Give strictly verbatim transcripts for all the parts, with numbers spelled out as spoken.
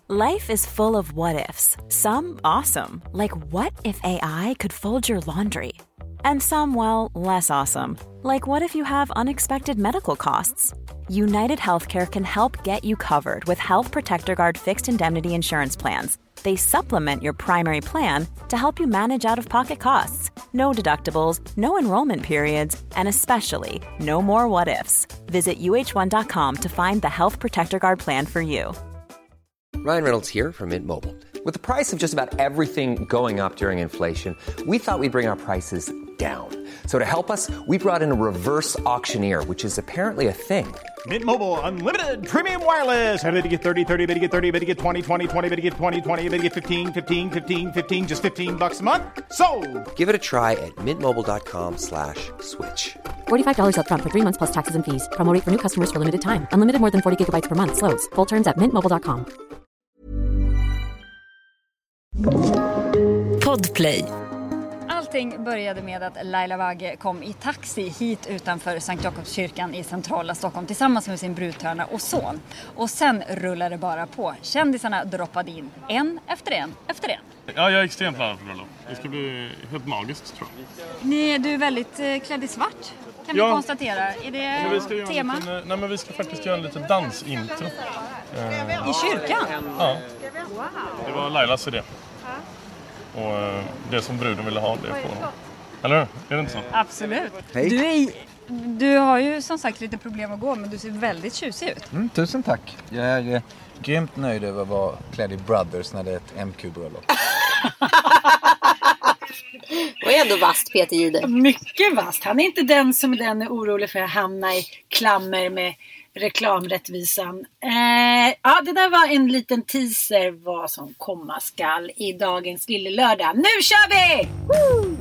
Life is full of what-ifs. Some awesome, like what if A I could fold your laundry? And some, well, less awesome, like what if you have unexpected medical costs? United Healthcare can help get you covered with Health Protector Guard fixed indemnity insurance plans. They supplement your primary plan to help you manage out-of-pocket costs. No deductibles, no enrollment periods, and especially no more what-ifs. Visit U H one dot com to find the Health Protector Guard plan for you. Ryan Reynolds here from Mint Mobile. With the price of just about everything going up during inflation, we thought we'd bring our prices down. So to help us, we brought in a reverse auctioneer, which is apparently a thing. Mint Mobile Unlimited Premium Wireless. How to get thirty, thirty, how to get thirty, how to get twenty, twenty, twenty, how to get twenty, twenty, how to get fifteen, fifteen, fifteen, fifteen, just fifteen bucks a month? Sold! Give it a try at mintmobile.com slash switch. forty-five dollars up front for three months plus taxes and fees. Promo rate for new customers for limited time. Unlimited more than forty gigabytes per month. Slows full terms at mint mobile dot com. Podplay. Allting började med att Laila Bagge kom i taxi hit utanför Sankt Jakobskyrkan i centrala Stockholm tillsammans med sin brudtörna och son. Och sen rullade det bara på. Kändisarna droppade in en efter en efter en. Ja, jag är extremt laddad för bröllop. Det ska bli helt magiskt, tror jag. Ni, du är väldigt eh, klädd i svart, kan ja. vi konstatera. Är det men vi ska tema? Liten, nej, men vi ska faktiskt göra en liten dansintro. Eh, I kyrkan? Ja. Det var Lailas idé. Och det som bruden ville ha, det får hon. Eller hur? Är det inte så? Absolut. Hej. Du, är, du har ju som sagt lite problem att gå, men du ser väldigt tjusig ut. Mm, tusen tack. Jag är eh, grymt nöjd över att vara klädd i Brothers när det är ett M Q-bröllop. Och ändå vast, Peter Jihde. Mycket vast. Han är inte den som den är orolig för att hamna i klammer med reklamrättvisan. Eh, ja, det där var en liten teaser vad som komma skall i dagens lilla lördag. Nu kör vi! Woo!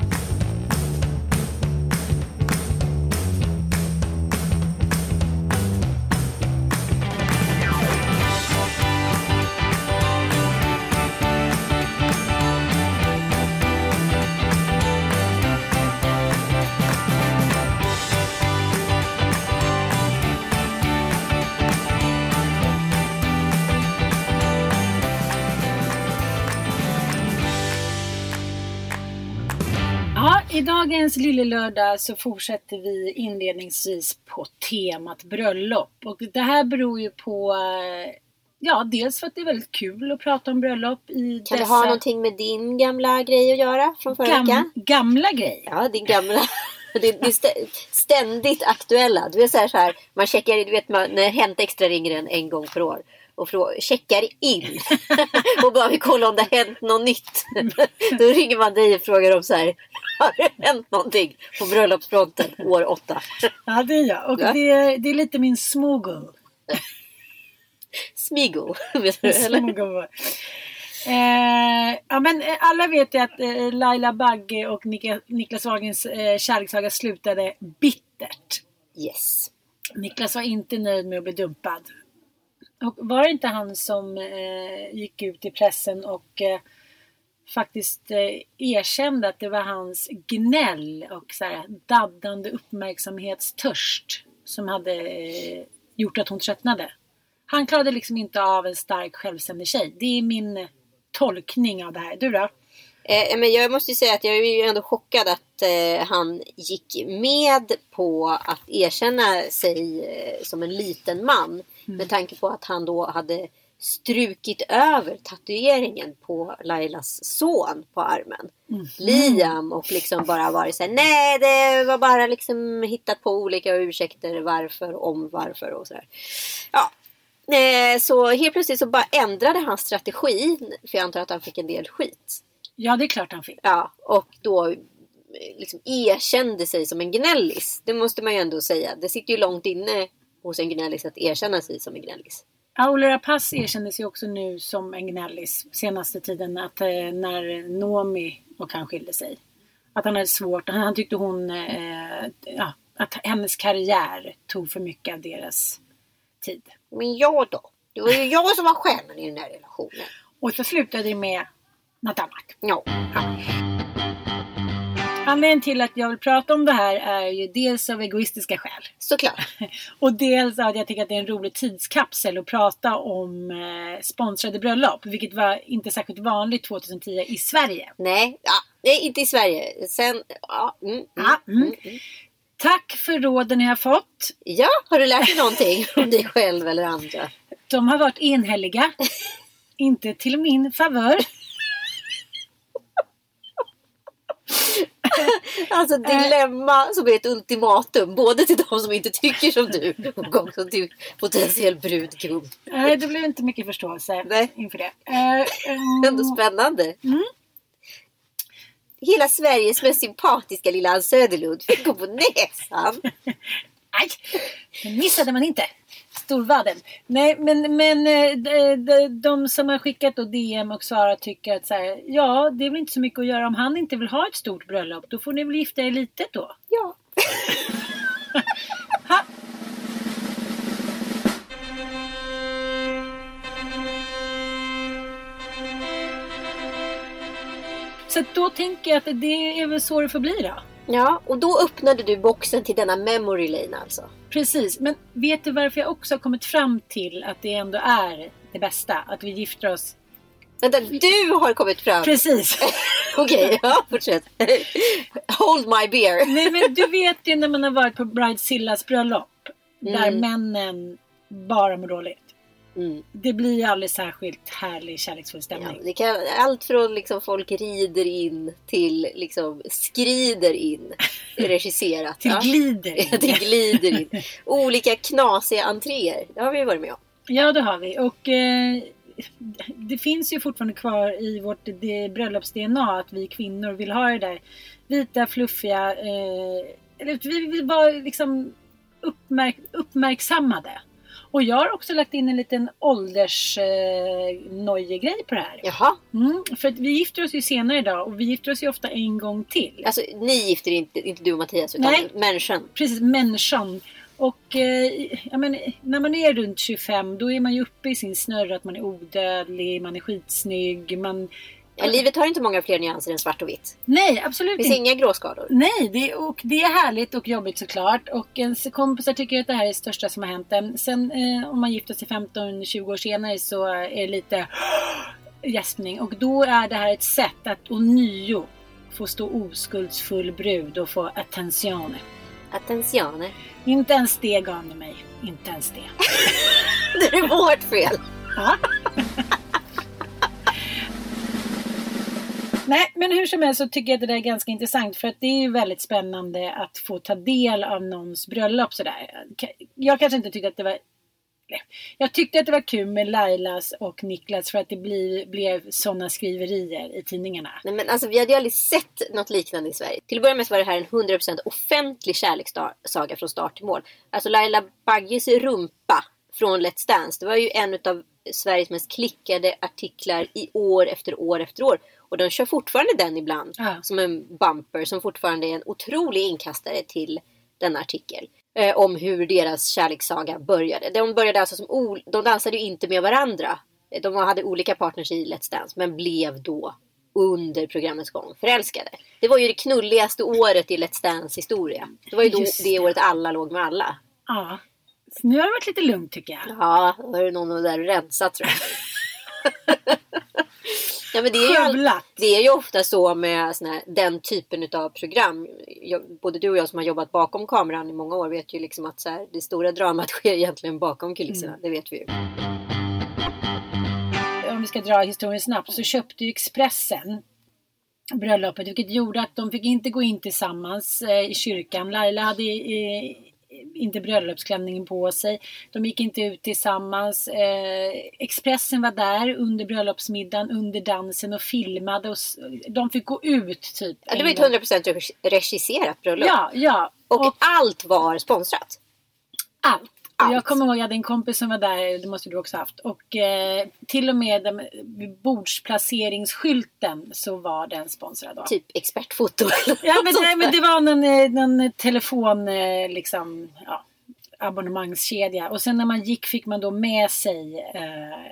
I dagens lilla lördag så fortsätter vi inledningsvis på temat bröllop. Och det här beror ju på, ja, dels för att det är väldigt kul att prata om bröllop i Kan dessa... det ha någonting med din gamla grej att göra från förra Gam... veckan? Gamla grej? Ja, din gamla... Det är ständigt aktuella. Du vet så här, så här man checkar, du vet man, när Hänt Extra ringer en en gång per år och frå- checkar in och bara vill kolla om det har hänt något nytt. Då ringer man dig och frågar om så här, har det hänt någonting på bröllopsfronten år åtta? Ja, det är jag. Och ja. det, det är lite min smuggle. Smiggle, vet du, eller? Smuggle. Eh, ja, men alla vet ju att eh, Laila Bagge och Nik- Niklas Wahlgrens eh, kärlekssaga slutade bittert. Yes. Niklas var inte nöjd med att bli dumpad. Och var det inte han som eh, gick ut i pressen och eh, faktiskt eh, erkände att det var hans gnäll och så här, daddande uppmärksamhetstörst som hade eh, gjort att hon tröttnade? Han klarade liksom inte av en stark självständig tjej. Det är min tolkning av det här. Du då? Eh, men jag måste ju säga att jag är ju ändå chockad att eh, han gick med på att erkänna sig eh, som en liten man. Mm. Med tanke på att han då hade strukit över tatueringen på Lailas son på armen. Mm. Liam, och liksom bara varit så här: nej, det var bara liksom hittat på olika ursäkter varför, om varför och sådär. Ja. Så helt plötsligt så bara ändrade han strategi, för jag antar att han fick en del skit. Ja, det är klart han fick. Ja, och då liksom erkände sig som en gnällis. Det måste man ju ändå säga. Det sitter ju långt inne hos en gnällis att erkänna sig som en gnällis. Ja, Ola Rapace erkände sig också nu som en gnällis senaste tiden, att eh, när Noomi och han skilde sig. Att han hade svårt, han, han tyckte hon, eh, ja, att hennes karriär tog för mycket av deras tid. Men jag då? Det var ju jag som var stjärnan i den här relationen. Och så slutade det med något annat. Ja. Ja. Anledningen till att jag vill prata om det här är ju dels av egoistiska skäl. Såklart. Och dels att jag tycker att det är en rolig tidskapsel att prata om eh, sponsrade bröllop. Vilket var inte särskilt vanligt tjugohundratio i Sverige. Nej, ja, nej inte i Sverige. Sen, ja, mm, mm, ja, mm. Mm, mm. Tack för råden jag har fått. Ja, har du lärt dig någonting om dig själv eller andra? De har varit enhälliga. Inte till min favör. Alltså dilemma som är ett ultimatum. Både till de som inte tycker som du och också till potentiell brudgum. Nej, det blev inte mycket förståelse Nej. inför det. Uh, um... Ändå spännande. Mm. Hela Sveriges mest sympatiska lilla Ann Söderlund fick gå på näsan. Nej, den missade man inte. Storvaden. Nej, men, men de, de, de som har skickat då D M och svarat tycker att så här, ja, det är väl inte så mycket att göra om han inte vill ha ett stort bröllop. Då får ni väl gifta er litet då. Ja. Ha. Så då tänker jag att det är väl så det får bli då. Ja, och då öppnade du boxen till denna memory lane alltså. Precis, men vet du varför jag också har kommit fram till att det ändå är det bästa? Att vi gifter oss. Vänta, du har kommit fram. Precis. Okej, okay, ja, fortsätt. Hold my beer. Nej, men du vet ju när man har varit på Bridezillas bröllop. Mm. Där männen bara mår dåligt. Mm. Det blir ju aldrig särskilt härlig kärleksfull stämning. Ja, det kan, allt från liksom folk rider in till liksom skrider in. Regisserat. till ja. glider. till glider in. Olika knasiga entréer. Det har vi varit med om. Ja, det har vi. Och eh, det finns ju fortfarande kvar i vårt bröllops-D N A att vi kvinnor vill ha det där vita, fluffiga. Eh, eller vi vill vara liksom uppmärk- uppmärksammade. Och jag har också lagt in en liten åldersnojegrej eh, på det här. Jaha. Mm, för att vi gifter oss ju senare idag och vi gifter oss ju ofta en gång till. Alltså ni gifter inte, inte du och Mattias utan Nej. människan. Precis, människan. Och eh, jag men, när man är runt tjugofem då är man ju uppe i sin snurr att man är odödlig, man är skitsnygg, man... Ja, livet har inte många fler nyanser än svart och vitt. Nej, absolut inte. Det finns inga gråskador. Nej, det, och det är härligt och jobbigt såklart. Och ens kompisar tycker att det här är det största som har hänt en. Sen eh, om man gifter sig femton tjugo år senare så är det lite gäspning. Och då är det här ett sätt att ånyo få stå oskuldsfull brud och få attenzione. Attenzione? Inte ens det gav ni mig. Inte ens det. Det är vårt fel. Ja. Nej, men hur som helst så tycker jag att det där är ganska intressant. För att det är ju väldigt spännande att få ta del av någons bröllop sådär. Jag kanske inte tyckte att det var... Jag tyckte att det var kul med Lailas och Niklas för att det bli, blev sådana skriverier i tidningarna. Nej, men alltså vi hade ju aldrig sett något liknande i Sverige. Till att börja med så var det här en hundra procent offentlig kärlekssaga från start till mål. Alltså Laila Bagges rumpa från Let's Dance. Det var ju en av Sveriges mest klickade artiklar i år efter år efter år. Och de kör fortfarande den ibland ja. som en bumper som fortfarande är en otrolig inkastare till den artikel. Eh, om hur deras kärlekssaga började. De började alltså som o- de dansade ju inte med varandra. De hade olika partners i Let's Dance men blev då under programmets gång förälskade. Det var ju det knulligaste året i Let's Dance historia. Det var ju då det. det året alla låg med alla. Ja. Så nu har det varit lite lugnt tycker jag. Ja, då är det någon där rensat tror jag. Ja, men det, är ju all, det är ju ofta så med såna här, den typen av program. Jag, både du och jag som har jobbat bakom kameran i många år vet ju liksom att så här, det stora dramat sker egentligen bakom kulisserna. Mm. Det vet vi ju. Om vi ska dra historien snabbt så köpte ju Expressen bröllopet. Vilket gjorde att de fick inte gå in tillsammans eh, i kyrkan. Laila hade eh, inte bröllopsklänningen på sig. De gick inte ut tillsammans. Eh, Expressen var där under bröllopsmiddagen, under dansen och filmade. Och de fick gå ut typ. Ja, det var ett hundra procent regisserat bröllop. Ja, ja. Och, och allt var sponsrat. Allt. Allt. Jag kommer ihåg att jag hade en kompis som var där, det måste du också haft. Och eh, till och med den, bordsplaceringsskylten så var den sponsrad då. Typ expertfoto. Ja, men, nej, men det var någon, någon telefon, eh, liksom, ja, abonnemangskedja. Och sen när man gick fick man då med sig eh,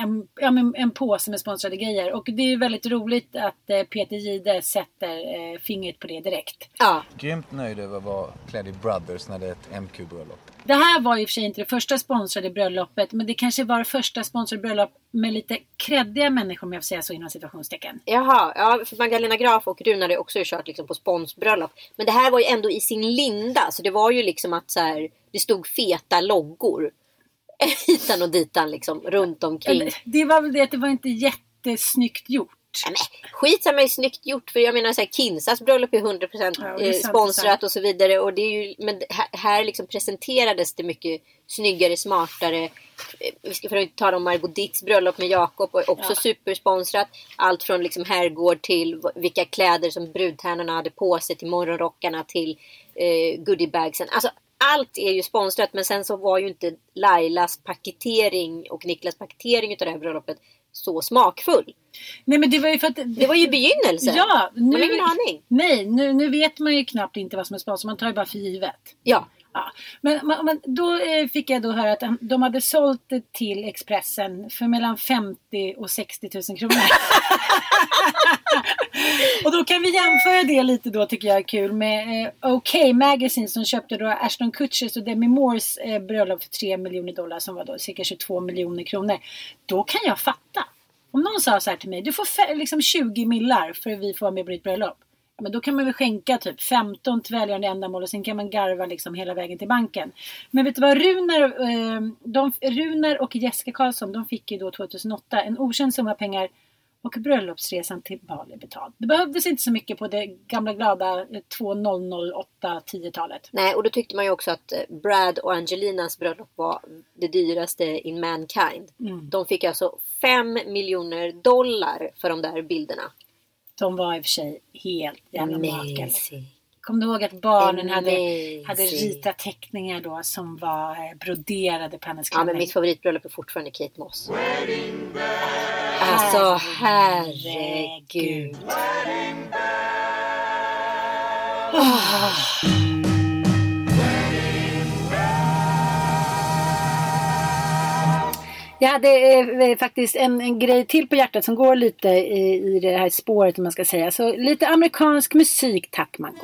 en, ja, men en påse med sponsrade grejer. Och det är väldigt roligt att eh, Peter Jihde sätter eh, fingret på det direkt. Ja. Grymt nöjd över att vara klädd i Brothers när det är ett M Q-bröllop. Det här var i och för sig inte det första sponsrade bröllopet, men det kanske var det första sponsrade bröllop med lite kreddiga människor, om jag får säga så inom situationstecken. Jaha, ja, för Magdalena Graf och Rune hade också kört liksom på sponsbröllop. Men det här var ju ändå i sin linda, så det var ju liksom att så här, det stod feta loggor hitan och ditan liksom runt omkring. Det var väl det att det var inte jättesnyggt gjort. Nej, skit som är snyggt gjort, för jag menar så här, Kinsas bröllop är hundra procent ja, sponsrat och så vidare, och det är ju, men här liksom presenterades det mycket snyggare, smartare. Vi ska för att inte tala om Margot Ditts bröllop med Jakob, och också ja. supersponsrat, allt från liksom herrgård till vilka kläder som brudtärnorna hade på sig, till morgonrockarna, till eh, goodiebagsen. Alltså allt är ju sponsrat, men sen så var ju inte Lailas paketering och Niklas paketering utav det här bröllopet så smakfull. Nej, men det var ju för att det var ju begynnelsen. Ja, nu, man har ingen aning. Nej, nu, nu vet man ju knappt inte vad som är sponsor. Man tar ju bara för givet. Ja. Ja. Men, men då eh, fick jag då höra att de hade sålt det till Expressen för mellan femtio och sextio tusen kronor. Och då kan vi jämföra det lite då, tycker jag är kul, med eh, OK Magazine som köpte då Ashton Kutchers och Demi Moores eh, bröllop för tre miljoner dollar, som var då cirka tjugotvå miljoner kronor. Då kan jag fatta. Om någon sa så här till mig, du får fe- liksom tjugo millar för att vi får vara med på ditt bröllop. Ja, men då kan man väl skänka typ femton till välgörande ändamål och sen kan man garva liksom hela vägen till banken. Men vet du vad, Runar, eh, de, Runar och Jessica Karlsson, de fick ju då tjugohundraåtta en okänd summa pengar och bröllopsresan till Bali betald. Det behövdes inte så mycket på det gamla glada tvåtusen tio-talet. Nej, och då tyckte man ju också att Brad och Angelinas bröllop var det dyraste in mankind. Mm. De fick alltså fem miljoner dollar för de där bilderna. De var i och för sig helt jävla makade. Kom du ihåg att barnen hade, hade ritat teckningar då som var broderade på hennes klänning? Ja, men mitt favoritbröllop är fortfarande Kate Moss. Alltså, herregud. Oh. Jag hade eh, faktiskt en, en grej till på hjärtat som går lite i, i det här spåret, om man ska säga. Så lite amerikansk musik, tack Marco.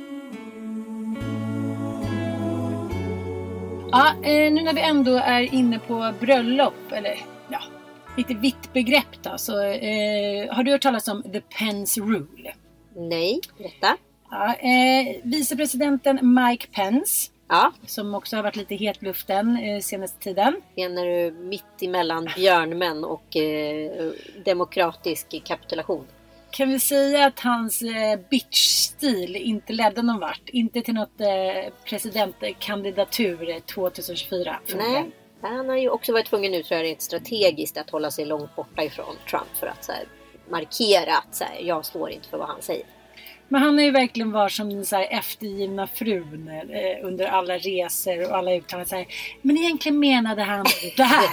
Ja, eh, nu när vi ändå är inne på bröllop, eller ja, lite vitt begrepp då, så eh, har du hört talas om The Pence Rule? Nej, berätta. Ja, eh, vicepresidenten Mike Pence, ja, som också har varit lite hetluften eh, senaste tiden. Menar du mitt emellan björnmän och eh, demokratisk kapitulation? Kan vi säga att hans eh, bitch-stil inte ledde någon vart? Inte till något eh, presidentkandidatur tjugohundratjugofyra? Nej, han har ju också varit tvungen nu, tror jag, rent strategiskt att hålla sig långt borta ifrån Trump för att så här, markera att så här, jag står inte för vad han säger. Men han har ju verkligen varit som den så här eftergivna frun eh, under alla resor och alla uttalanden. Så här, men egentligen menade han det här.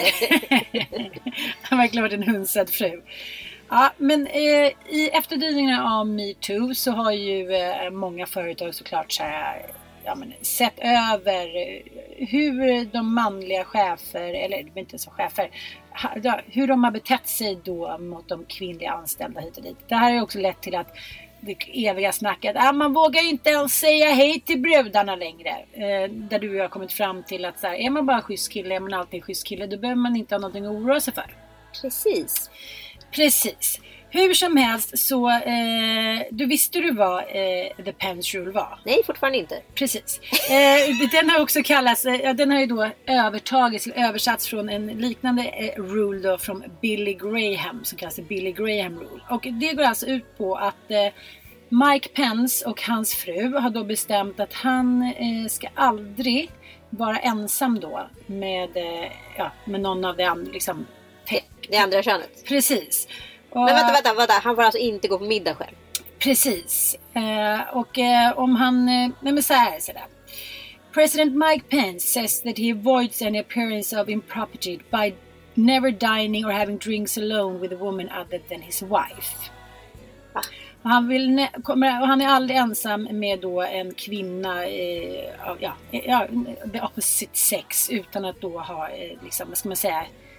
Han har verkligen varit en hunsad fru. Ja, men eh, i efterdyningarna av Me Too så har ju eh, många företag såklart så här, ja, men, sett över hur de manliga chefer, eller inte så chefer, ha, hur de har betett sig då mot de kvinnliga anställda hit och dit. Det här har också lett till att det eviga snacket, ah, man vågar ju inte ens säga hej till brudarna längre. Eh, där du och jag har kommit fram till att så här, är man bara schysst kille, är man alltid en schysst kille, då behöver man inte ha någonting att oroa sig för. Precis. Precis. Hur som helst så, eh, du visste du vad eh, The Pence Rule var? Nej, fortfarande inte. Precis. Eh, den har också kallats, eh, den har ju då övertagits, översatts från en liknande eh, rule då från Billy Graham, som kallas Billy Graham Rule. Och det går alltså ut på att eh, Mike Pence och hans fru har då bestämt att han eh, ska aldrig vara ensam då med, eh, ja, med någon av de andra, liksom, te- det andra könet. Precis. Och, men vänta, vänta, vänta, han får alltså inte gå på middag själv. Precis. Eh, och eh, om han, eh, nej men så här, så där. President Mike Pence says that he avoids any appearance of impropriety by never dining or having drinks alone with a woman other than his wife. Va? Och han, vill, kommer, och han är aldrig ensam med då en kvinna, eh, ja, ja, the opposite sex, utan att då ha, eh, liksom, vad ska man säga,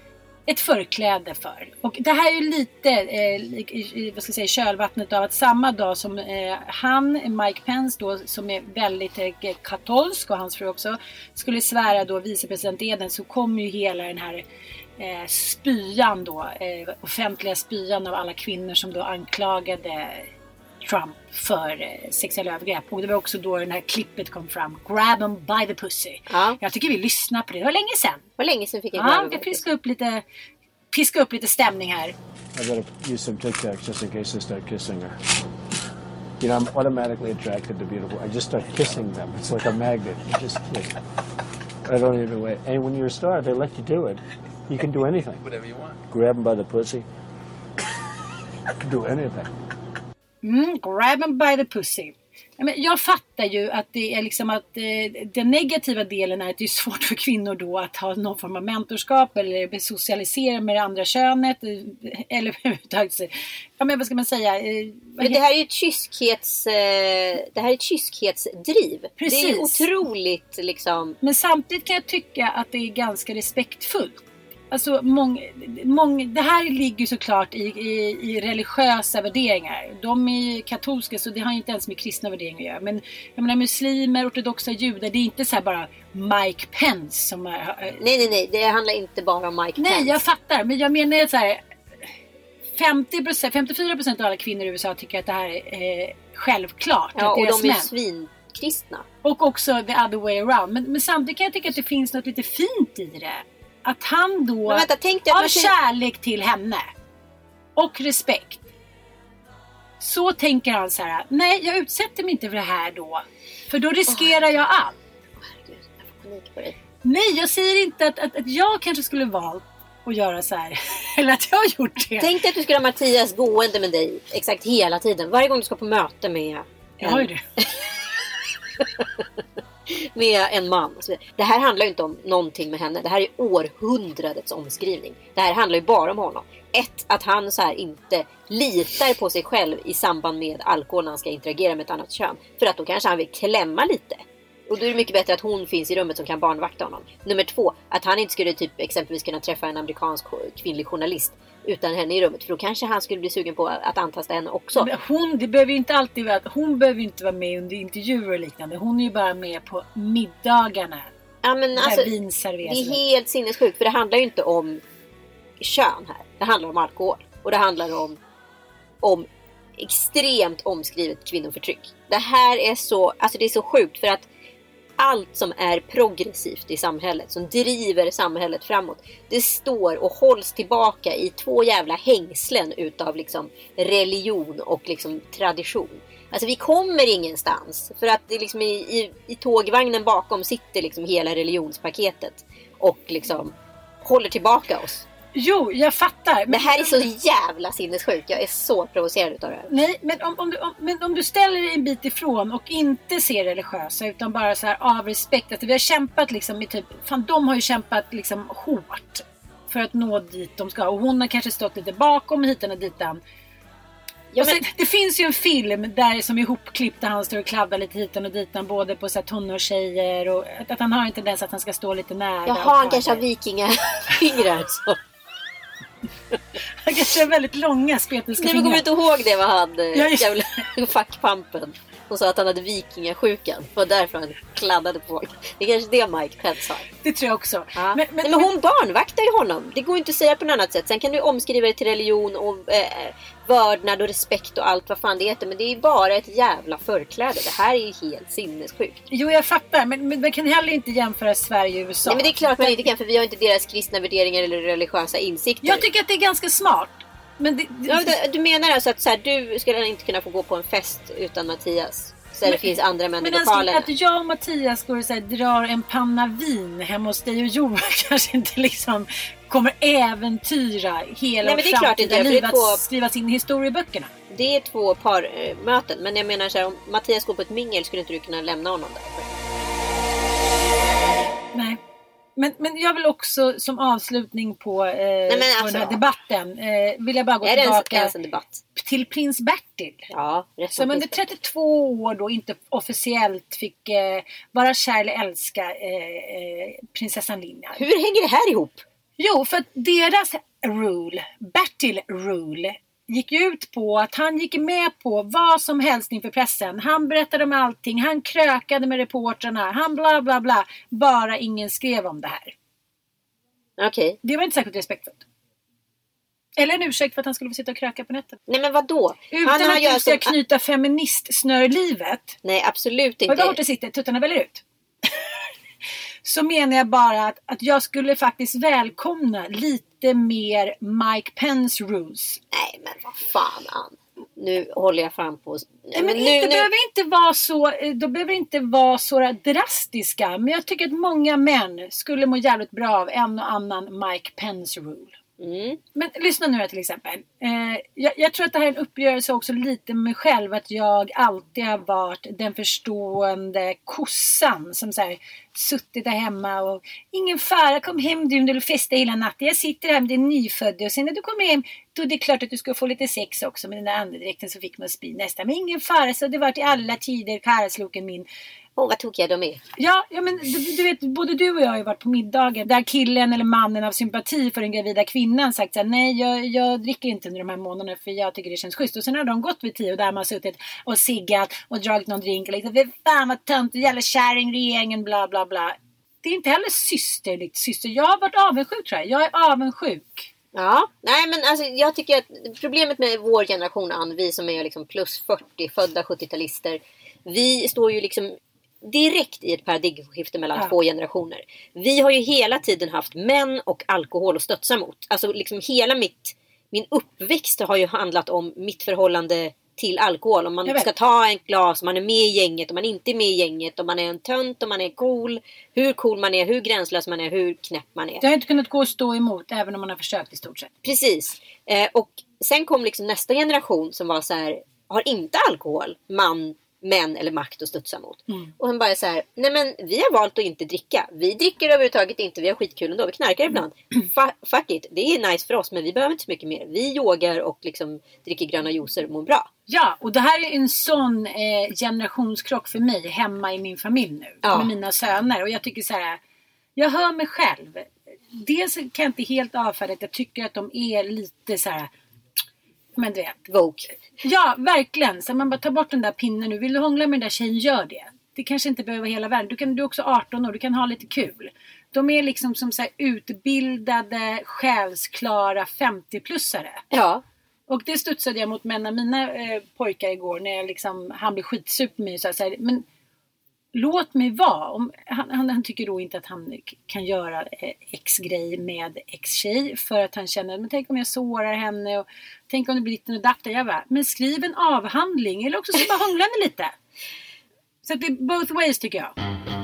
ett förkläde för. Och det här är ju lite eh, i, vad ska jag säga, kölvattnet av att samma dag som eh, han, Mike Pence då, som är väldigt eh, katolsk, och hans fru också, skulle svära då vicepresidenteden, så kom ju hela den här eh, spyan då, eh, offentliga spyan av alla kvinnor som då anklagade Trump för eh, sexuella övergrepp. Och det var också då den här klippet kom fram. Grab him by the pussy. Ja. Jag tycker vi lyssnar på det. Det var länge sedan. Det var länge sedan fick jag Ja, vi piska upp lite, piska upp lite stämning här. I gotta use some Tic Tacs just in case I start kissing her. You know, I'm automatically attracted to beautiful. I just start kissing them. It's like a magnet. You just like, I don't even wait. And when you're a star, they let you do it. You can do anything. Whatever you want. Grab them by the pussy. You can do anything. Mm, grab them by the pussy. Jag fattar ju att det är liksom att eh, den negativa delen är att det är svårt för kvinnor då att ha någon form av mentorskap eller socialisera med det andra könet eller överhuvudtaget. Ja, men vad ska man säga? Eh, men det här är ju ett kyskhets, eh, det här är ett kyskhetsdriv. Precis. Det är otroligt liksom. Men samtidigt kan jag tycka att det är ganska respektfullt. Alltså, mång, mång, det här ligger såklart i, i, i religiösa värderingar. De är katolska, så det har inte ens med kristna värderingar att göra. Men jag menar, muslimer, ortodoxa judar, det är inte så här bara Mike Pence som är... Nej, nej, nej. Det handlar inte bara om Mike Pence. Nej, jag fattar. Men jag menar så här... femtio procent, femtiofyra procent av alla kvinnor i U S A tycker att det här är eh, självklart. Ja, att och de är män. svinkristna. Och också the other way around. Men, men samtidigt kan jag tycka att det finns något lite fint i det. Att han då, men vänta, tänk dig att av man kan... kärlek till henne och respekt, så tänker han så här: nej, jag utsätter mig inte för det här då, för då riskerar oh, jag allt. Åh oh, herregud, jag får panik på dig. Nej, jag säger inte att, att, att jag kanske skulle valt att göra så här eller att jag har gjort det. Tänk dig att du skulle ha Mattias gående med dig exakt hela tiden, varje gång du ska på möte med en... Jag har ju det. med en man. Det här handlar ju inte om någonting med henne. Det här är århundradets omskrivning. Det här handlar ju bara om honom. Ett, att han så här inte litar på sig själv i samband med alkohol när han ska interagera med ett annat kön. För att då kanske han vill klämma lite. Och då är det mycket bättre att hon finns i rummet som kan barnvakta honom. Nummer två, att han inte skulle typ exempelvis kunna träffa en amerikansk kvinnlig journalist utan henne i rummet. För då kanske han skulle bli sugen på att antasta henne också. Men hon, det behöver ju inte alltid vara, hon behöver ju inte vara med under intervjuer och liknande. Hon är ju bara med på middagarna. Ja, men alltså, vin serveras. det är helt sinnessjukt. För det handlar ju inte om kön här. Det handlar om alkohol. Och det handlar om, om extremt omskrivet kvinnoförtryck. Det här är så, alltså det är så sjukt för att allt som är progressivt i samhället, som driver samhället framåt, det står och hålls tillbaka i två jävla hängslen utav liksom religion och liksom tradition. Alltså vi kommer ingenstans för att det liksom i, i, i tågvagnen bakom sitter liksom hela religionspaketet och liksom håller tillbaka oss. Jo, jag fattar. Men det här är så jävla sinnessjukt. Jag är så provocerad utav det här. Nej, men om, om, du, om, men om du ställer dig en bit ifrån och inte ser religiösa utan bara så här av respekt. Att vi har kämpat liksom i typ... Fan, de har ju kämpat liksom hårt för att nå dit de ska. Och hon har kanske stått lite bakom hitan och ditan. Ja, men... Det finns ju en film där som är ihopklippt där han står och kladdar lite hitan och ditan. Både på så här tonårstjejer och att, att han har en tendens att han ska stå lite nära. Jaha, han kanske har vikingafingrar så. Han kanske har väldigt långa spetälska fingrar. Nej, men kommer du inte ihåg det var han ja, jävla fackpampen som sa att han hade vikingasjukan. Det var därför han kladdade på. Det är kanske det Mike Pence har. Det tror jag också. Ja. Men, men, Nej, men hon barnvaktar ju honom. Det går inte att säga på något annat sätt. Sen kan du omskriva det till religion och eh, vördnad och respekt och allt vad fan det heter. Men det är ju bara ett jävla förkläde. Det här är ju helt sinnessjukt. Jo, jag fattar. Men, men man kan heller inte jämföra Sverige och U S A. Nej, men det är klart man inte kan. För vi har inte deras kristna värderingar eller religiösa insikter. Jag tycker att det är ganska smart. Men det, det... Ja, du, du menar alltså att så här, du skulle inte kunna få gå på en fest utan Mattias? Så men, det finns andra män i lokalen. Men att jag och Mattias går och så här, drar en panna vin hemma hos dig och Johan kanske inte liksom kommer äventyra hela Nej, men det är klart inte, livet två... att skriva sin historieböckerna. Det är två parmöten. Men jag menar så här, om Mattias går på ett mingel skulle inte du kunna lämna honom där. Nej. Men, men jag vill också som avslutning på, eh, Nej, men alltså, på den här debatten eh, vill jag bara gå är tillbaka ens, ens en debatt? till prins Bertil. Ja, som under trettiotvå år då inte officiellt fick eh, vara kär eller älska eh, eh, prinsessan Linja. Hur hänger det här ihop? Jo, för att deras rule, Bertil rule, gick ut på att han gick med på vad som helst inför pressen. Han berättade om allting, han krökade med reportrarna, han bla bla bla. Bara ingen skrev om det här. Okej. Okay. Det var inte särskilt respektfullt. Eller en ursäkt för att han skulle få sitta och kröka på nätet. Nej, men vadå? Utan han att du ska som... knyta feministsnörlivet. Nej, absolut inte. Och vad hårt det sitter, tuttarna väller ut. Så menar jag bara att, att jag skulle faktiskt välkomna lite mer Mike Pence rules. Nej, men vad fan, Ann. Nu håller jag fram på... Nej, men men nu, inte, nu... behöver inte vara så, då behöver inte vara så drastiska. Men jag tycker att många män skulle må jävligt bra av en och annan Mike Pence rule. Mm. Men lyssna nu här till exempel. Eh, jag, jag tror att det här är en uppgörelse också lite med mig själv. Att jag alltid har varit den förstående kossan. Som så här, suttit där hemma och ingen fara, kom hem du och festa hela natten. Jag sitter här med din nyfödde och sen när du kommer hem då är det klart att du ska få lite sex också. Med den där andedräkten så fick man spy nästan. Men ingen fara, så det varit i alla tider karlsloken min. Åh, oh, vad tokiga de är. Ja, ja men du, du vet, både du och jag har ju varit på middagar där killen eller mannen av sympati för den gravida kvinnan sagt så här, nej jag, jag dricker inte under de här månaderna för jag tycker det känns schysst. Och sen har de gått vid tio och där man suttit och siggat och dragit någon drink och liksom, fan vad tönt, jävla kärring, regeringen, bla bla bla. Det är inte heller systerligt, syster. Jag har varit avundsjuk tror jag. Jag är avundsjuk. Ja, nej men alltså jag tycker att problemet med vår generation, Ann, vi som är liksom plus fyrtio, födda sjuttio-talister, vi står ju liksom direkt i ett paradigmskifte mellan ja. två generationer. Vi har ju hela tiden haft män och alkohol att stötsa mot. Alltså liksom hela mitt, min uppväxt har ju handlat om mitt förhållande till alkohol. Om man ska ta en glas, om man är med i gänget, om man inte är med i gänget, om man är en tönt, om man är cool, hur cool man är, hur gränslös man är, hur knäpp man är. Det har inte kunnat gå och stå emot även om man har försökt i stort sett. Precis. Eh, och sen kom liksom nästa generation som var så här, har inte alkohol, man, män eller makt att studsa mot. Mm. Och han bara så här, nej men vi har valt att inte dricka. Vi dricker överhuvudtaget inte, vi har skitkul ändå, vi knarkar ibland. Mm. Fuck it, det är nice för oss men vi behöver inte så mycket mer. Vi yogar och liksom dricker gröna juicer och mår bra. Ja, och det här är en sån eh, generationskrock för mig hemma i min familj nu. Ja. Med mina söner. Och jag tycker så här, jag hör mig själv. Dels kan jag inte helt avfärda att jag tycker att de är lite så här, men du vet. Vogue. Ja, verkligen. Så man bara tar bort den där pinnen nu. Vill du hångla med den där tjejen, gör det. Det kanske inte behöver vara hela världen. Du, kan, du är också arton år, du kan ha lite kul. De är liksom som så här utbildade, själsklara femtio-plussare. Ja. Och det studsade jag mot med mina eh, pojkar igår. När jag liksom, han blev skitsup med mig. Så här, men låt mig vara. Om, han, han, han tycker då inte att han kan göra eh, X-grej med X-tjej. För att han känner, men tänk om jag sårar henne. Och tänk om det blir lite och datta. Jag bara, men skriv en avhandling. Eller också så bara hångla henne lite. Så att det är both ways tycker jag.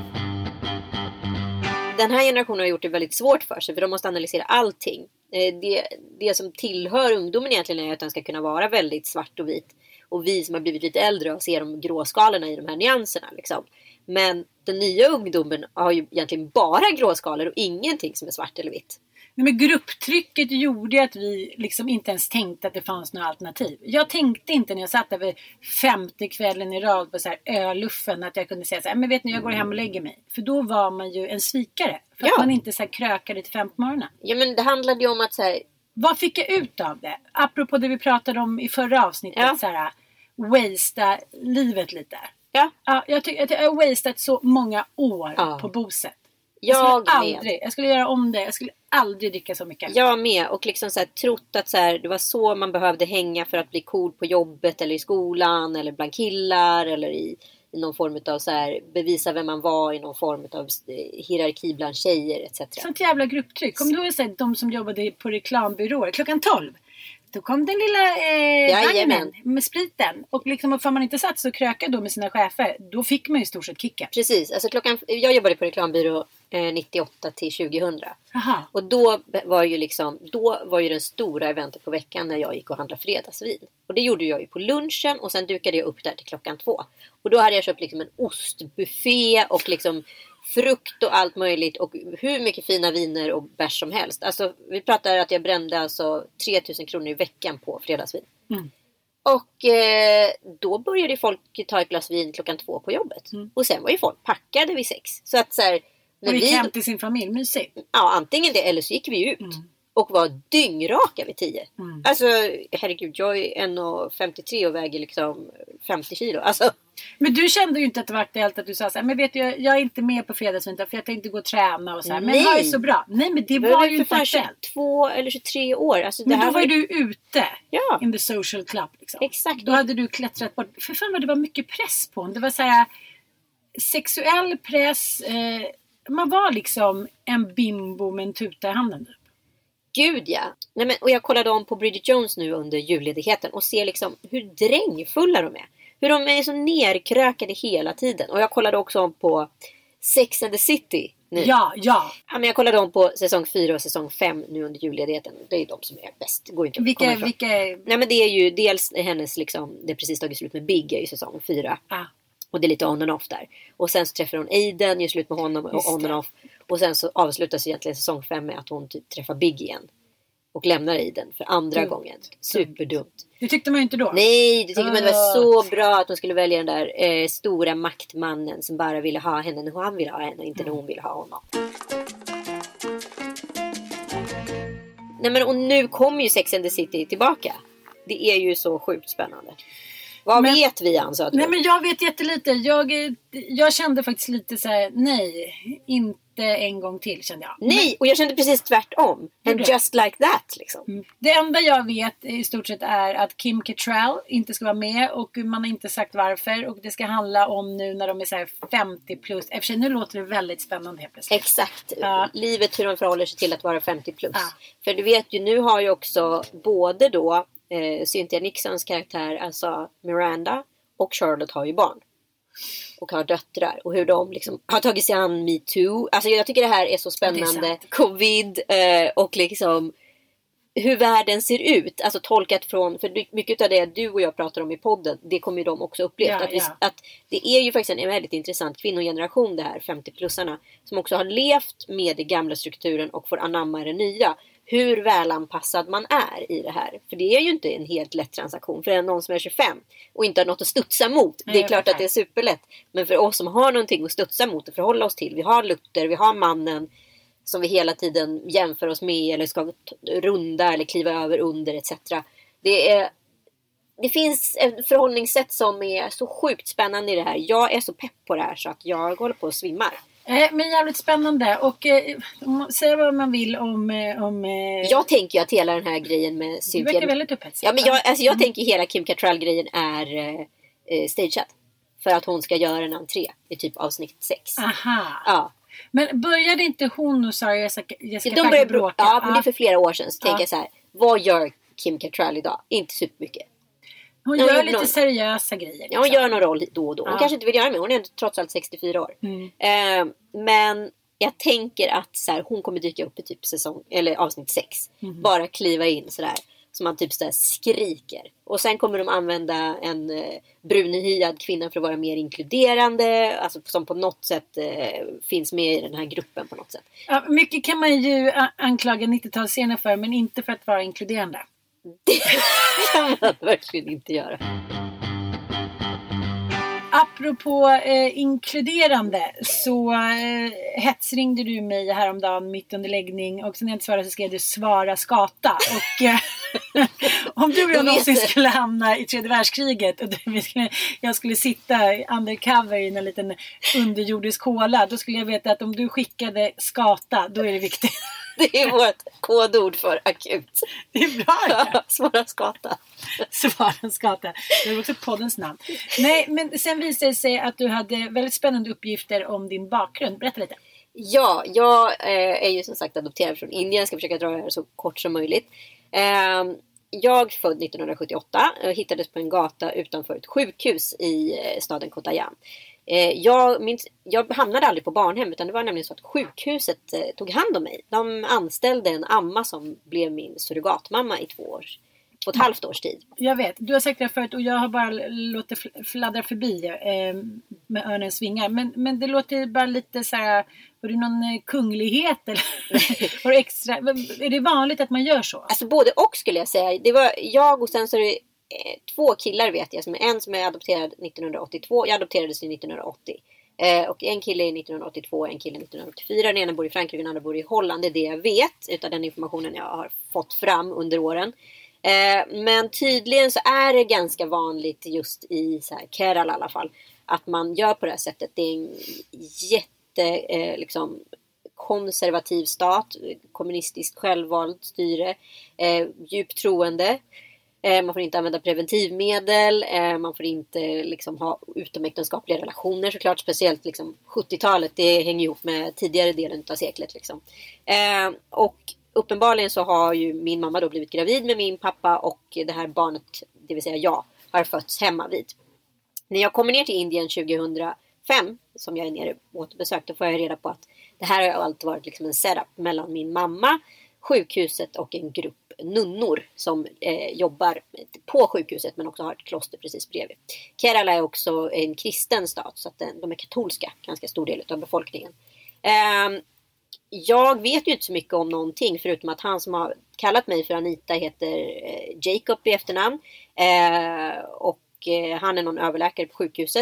Den här generationen har gjort det väldigt svårt för sig. För de måste analysera allting. Det, det som tillhör ungdomen egentligen är att den ska kunna vara väldigt svart och vit. Och vi som har blivit lite äldre och ser de gråskalorna i de här nyanserna. Liksom. Men den nya ungdomen har ju egentligen bara gråskalor och ingenting som är svart eller vitt. Nej, men grupptrycket gjorde att vi liksom inte ens tänkte att det fanns några alternativ. Jag tänkte inte när jag satt över femtio kvällen i rad på så här öluffen att jag kunde säga så här, men vet ni, jag går hem och lägger mig. För då var man ju en svikare. För ja. Att man inte så här krökade till fem på morgonen. Ja, men det handlade ju om att så här... Vad fick jag ut av det? Apropå det vi pratade om i förra avsnittet. Ja. Så här, wastea livet lite. Ja. Ja, jag tycker att jag har wasteat så många år ja. På boset. Jag, jag skulle aldrig, jag skulle göra om det. Jag skulle aldrig dricka så mycket. Jag med. Och liksom så här, trott att så här, det var så man behövde hänga för att bli cool på jobbet eller i skolan eller bland killar eller i, i någon form av så här, bevisa vem man var i någon form av hierarki bland tjejer et cetera. Sånt jävla grupptryck. Kom du ihåg så här, de som jobbade på reklambyråer klockan tolv? Då kom den lilla eh, vagnen med spriten. Och liksom, för man inte satt så krökade då med sina chefer, då fick man ju stort sett kicka. Precis, alltså klockan, jag jobbade på reklambyrå eh, nittioåtta till tjugohundra. Aha. Och då var ju liksom, då var ju den stora eventet på veckan när jag gick och handlade fredagsvin. Och det gjorde jag ju på lunchen och sen dukade jag upp där till klockan två. Och då hade jag köpt liksom en ostbuffé och liksom frukt och allt möjligt och hur mycket fina viner och bärs som helst. Alltså vi pratar att jag brände alltså tre tusen kronor i veckan på fredagsvin. Mm. Och eh, då började folk ta ett glas vin klockan två på jobbet. Mm. Och sen var ju folk packade vid sex. Så att så här, Och gick hem till sin familj, mysigt. Ja, antingen det eller så gick vi ut. Mm. Och var dyngraka vid tio. Mm. Alltså, herregud, jag är en komma femtiotre och väger liksom femtio kilo. Alltså. Men du kände ju inte att det var aktuellt att du sa så här, men vet du, jag, jag är inte med på fredagsvinter för jag tänkte inte gå och träna och så här. Men Nej. jag är så bra. Nej, men det var, var ju inte aktuellt. tjugotvå eller tjugotre år. Alltså, det men här då var var ju du ute ja. in the social club. Liksom. Exakt. Då hade du klättrat bort. För fan vad det var mycket press på en. Det var så här sexuell press. Eh, man var liksom en bimbo med en tuta i handen. Gud ja. Nej, men, och jag kollade om på Bridget Jones nu under julledigheten och ser liksom hur drängfulla de är. Hur de är så nerkrökade hela tiden. Och jag kollade också om på Sex and the City nu. Ja, ja. Ja, men jag kollade om på säsong fyra och säsong fem nu under julledigheten. Det är de som är bäst. Det går inte vilka, vilka... Nej, men det är ju dels hennes liksom, det är precis tagit slut med Big i säsong fyra. Ah. Och det är lite on and off där. Och sen så träffar hon Aiden, gör slut med honom och on and off. Och sen så avslutas egentligen säsong fem med att hon typ träffar Big igen. Och lämnar Aiden för andra dumt. gången. Superdumt. Det tyckte man ju inte då. Nej, det tyckte man det var så bra att hon skulle välja den där eh, stora maktmannen som bara ville ha henne när han ville ha henne, inte när hon ville ha honom. Nej, men och nu kommer ju Sex and the City tillbaka. Det är ju så sjukt spännande. Vad men, vet vi, Ann? Nej, men jag vet jättelite. Jag, jag kände faktiskt lite så här, nej, inte en gång till kände jag. Nej, men, och jag kände precis tvärtom. And just like that, liksom. Mm. Det enda jag vet i stort sett är att Kim Cattrall inte ska vara med och man har inte sagt varför. Och det ska handla om nu när de är så här femtio plus. Efter nu låter det väldigt spännande helt plötsligt. Exakt. Ja. Livet, hur de förhåller sig till att vara femtio plus. Ja. För du vet ju, nu har ju också både då Eh, Cynthia Nixons karaktär, alltså Miranda, och Charlotte har ju barn och har döttrar och hur de liksom har tagit sig an Me Too. Alltså jag tycker det här är så spännande. Är Covid eh, och liksom hur världen ser ut, alltså tolkat från, för mycket av det du och jag pratar om i podden, det kommer ju de också upplevt. Ja, att, vi, ja. att det är ju faktiskt en väldigt intressant kvinnogeneration, det här femtio-plussarna, som också har levt med den gamla strukturen och får anamma det nya. Hur välanpassad man är i det här. För det är ju inte en helt lätt transaktion. För någon som är tjugofem och inte har något att studsa mot. Det är klart att det är superlätt. Men för oss som har någonting att studsa mot och förhålla oss till. Vi har Luther, vi har mannen som vi hela tiden jämför oss med. Eller ska runda eller kliva över under et cetera. Det är... Det finns ett förhållningssätt som är så sjukt spännande i det här. Jag är så pepp på det här så att jag håller på att svimma. Eh, men jävligt spännande. Och eh, säga vad man vill om... Eh, om eh... Jag tänker ju att hela den här grejen med Cynthia... Du verkar väldigt upphetsad. Ja, men jag, alltså jag mm. tänker hela Kim Cattrall-grejen är eh, stageat. För att hon ska göra en entré i typ avsnitt sex. Aha. Ja. Men började inte hon och Sarah Jessica, Jessica De började bråka? Ja, men ah. det är för flera år sedan. Så ah. tänker jag så här, vad gör Kim Cattrall idag? Inte supermycket. Hon gör hon lite någon... seriösa grejer. Liksom. Ja, hon gör någon roll då och då. Hon ah. kanske inte vill göra mer. Hon är trots allt sextiofyra år. Mm. Eh, men jag tänker att så här, hon kommer dyka upp i typ säsong eller avsnitt sex. Mm. Bara kliva in sådär. Så man typ sådär skriker. Och sen kommer de använda en eh, brunhyad kvinna för att vara mer inkluderande. Alltså som på något sätt eh, finns med i den här gruppen på något sätt. Ja, mycket kan man ju anklaga nittiotalsscener för. Men inte för att vara inkluderande. Det kan man verkligen inte göra. Apropå eh, inkluderande så eh, hetsringde du mig häromdagen mitt under läggning och sen när jag inte svarade så skrev du svara skata och eh, om du och jag någonsin skulle hamna i tredje världskriget och vi skulle, jag skulle sitta undercover i en liten underjordisk håla, då skulle jag veta att om du skickade skata, då är det viktigt. Det är vårt kodord för akut. Det är bra. Ja, svara skata. Svara skata. Det är också poddens namn. Nej, men sen visade det sig att du hade väldigt spännande uppgifter om din bakgrund. Berätta lite. Ja, jag eh, är ju som sagt adopterad från Indien. Jag ska försöka dra det här så kort som möjligt. Eh, jag född nittonhundrasjuttioåtta och hittades på en gata utanför ett sjukhus i eh, staden Kottayam. Jag, minns, jag hamnade aldrig på barnhem utan det var nämligen så att sjukhuset eh, tog hand om mig. De anställde en amma som blev min surrogatmamma i två år, två och ett halvt års tid. Jag vet, du har sagt det förut och jag har bara låtit fladdra förbi eh, med örnens vingar. Men, men det låter bara lite så här, var det någon kunglighet eller var det extra, är det vanligt att man gör så? Alltså både och skulle jag säga. Det var jag och sen så är det två killar vet jag, som är en som är adopterad nittonhundraåttiotvå, jag adopterades nittonhundraåttio. Eh, och en kille är nittonhundraåttiotvå och en kille nittonhundraåttiofyra. Den ena bor i Frankrike och den andra bor i Holland. Det är det jag vet utav den informationen jag har fått fram under åren. Eh, men tydligen så är det ganska vanligt just i så här, Kerala i alla fall. Att man gör på det här sättet. Det är en jätte eh, liksom, konservativ stat. Kommunistiskt självvalt styre. Eh, djupt troende. Eh, man får inte använda preventivmedel. Eh, man får inte liksom, ha utomäktenskapliga relationer såklart. Speciellt liksom, sjuttiotalet. Det hänger ihop med tidigare delen av seklet. Liksom. Eh, och uppenbarligen så har ju min mamma då blivit gravid med min pappa. Och det här barnet, det vill säga jag, har fötts hemma vid. När jag kommer ner till Indien tjugohundrafem, som jag är nere på återbesök, då får jag reda på att det här har alltid varit liksom en setup mellan min mamma, sjukhuset och en grupp nunnor som eh, jobbar på sjukhuset men också har ett kloster precis bredvid. Kerala är också en kristen stat, så att den, de är katolska, ganska stor del av befolkningen. Eh, jag vet ju inte så mycket om någonting förutom att han som har kallat mig för Anita heter eh, Jacob i efternamn. Eh, och han är någon överläkare på sjukhuset.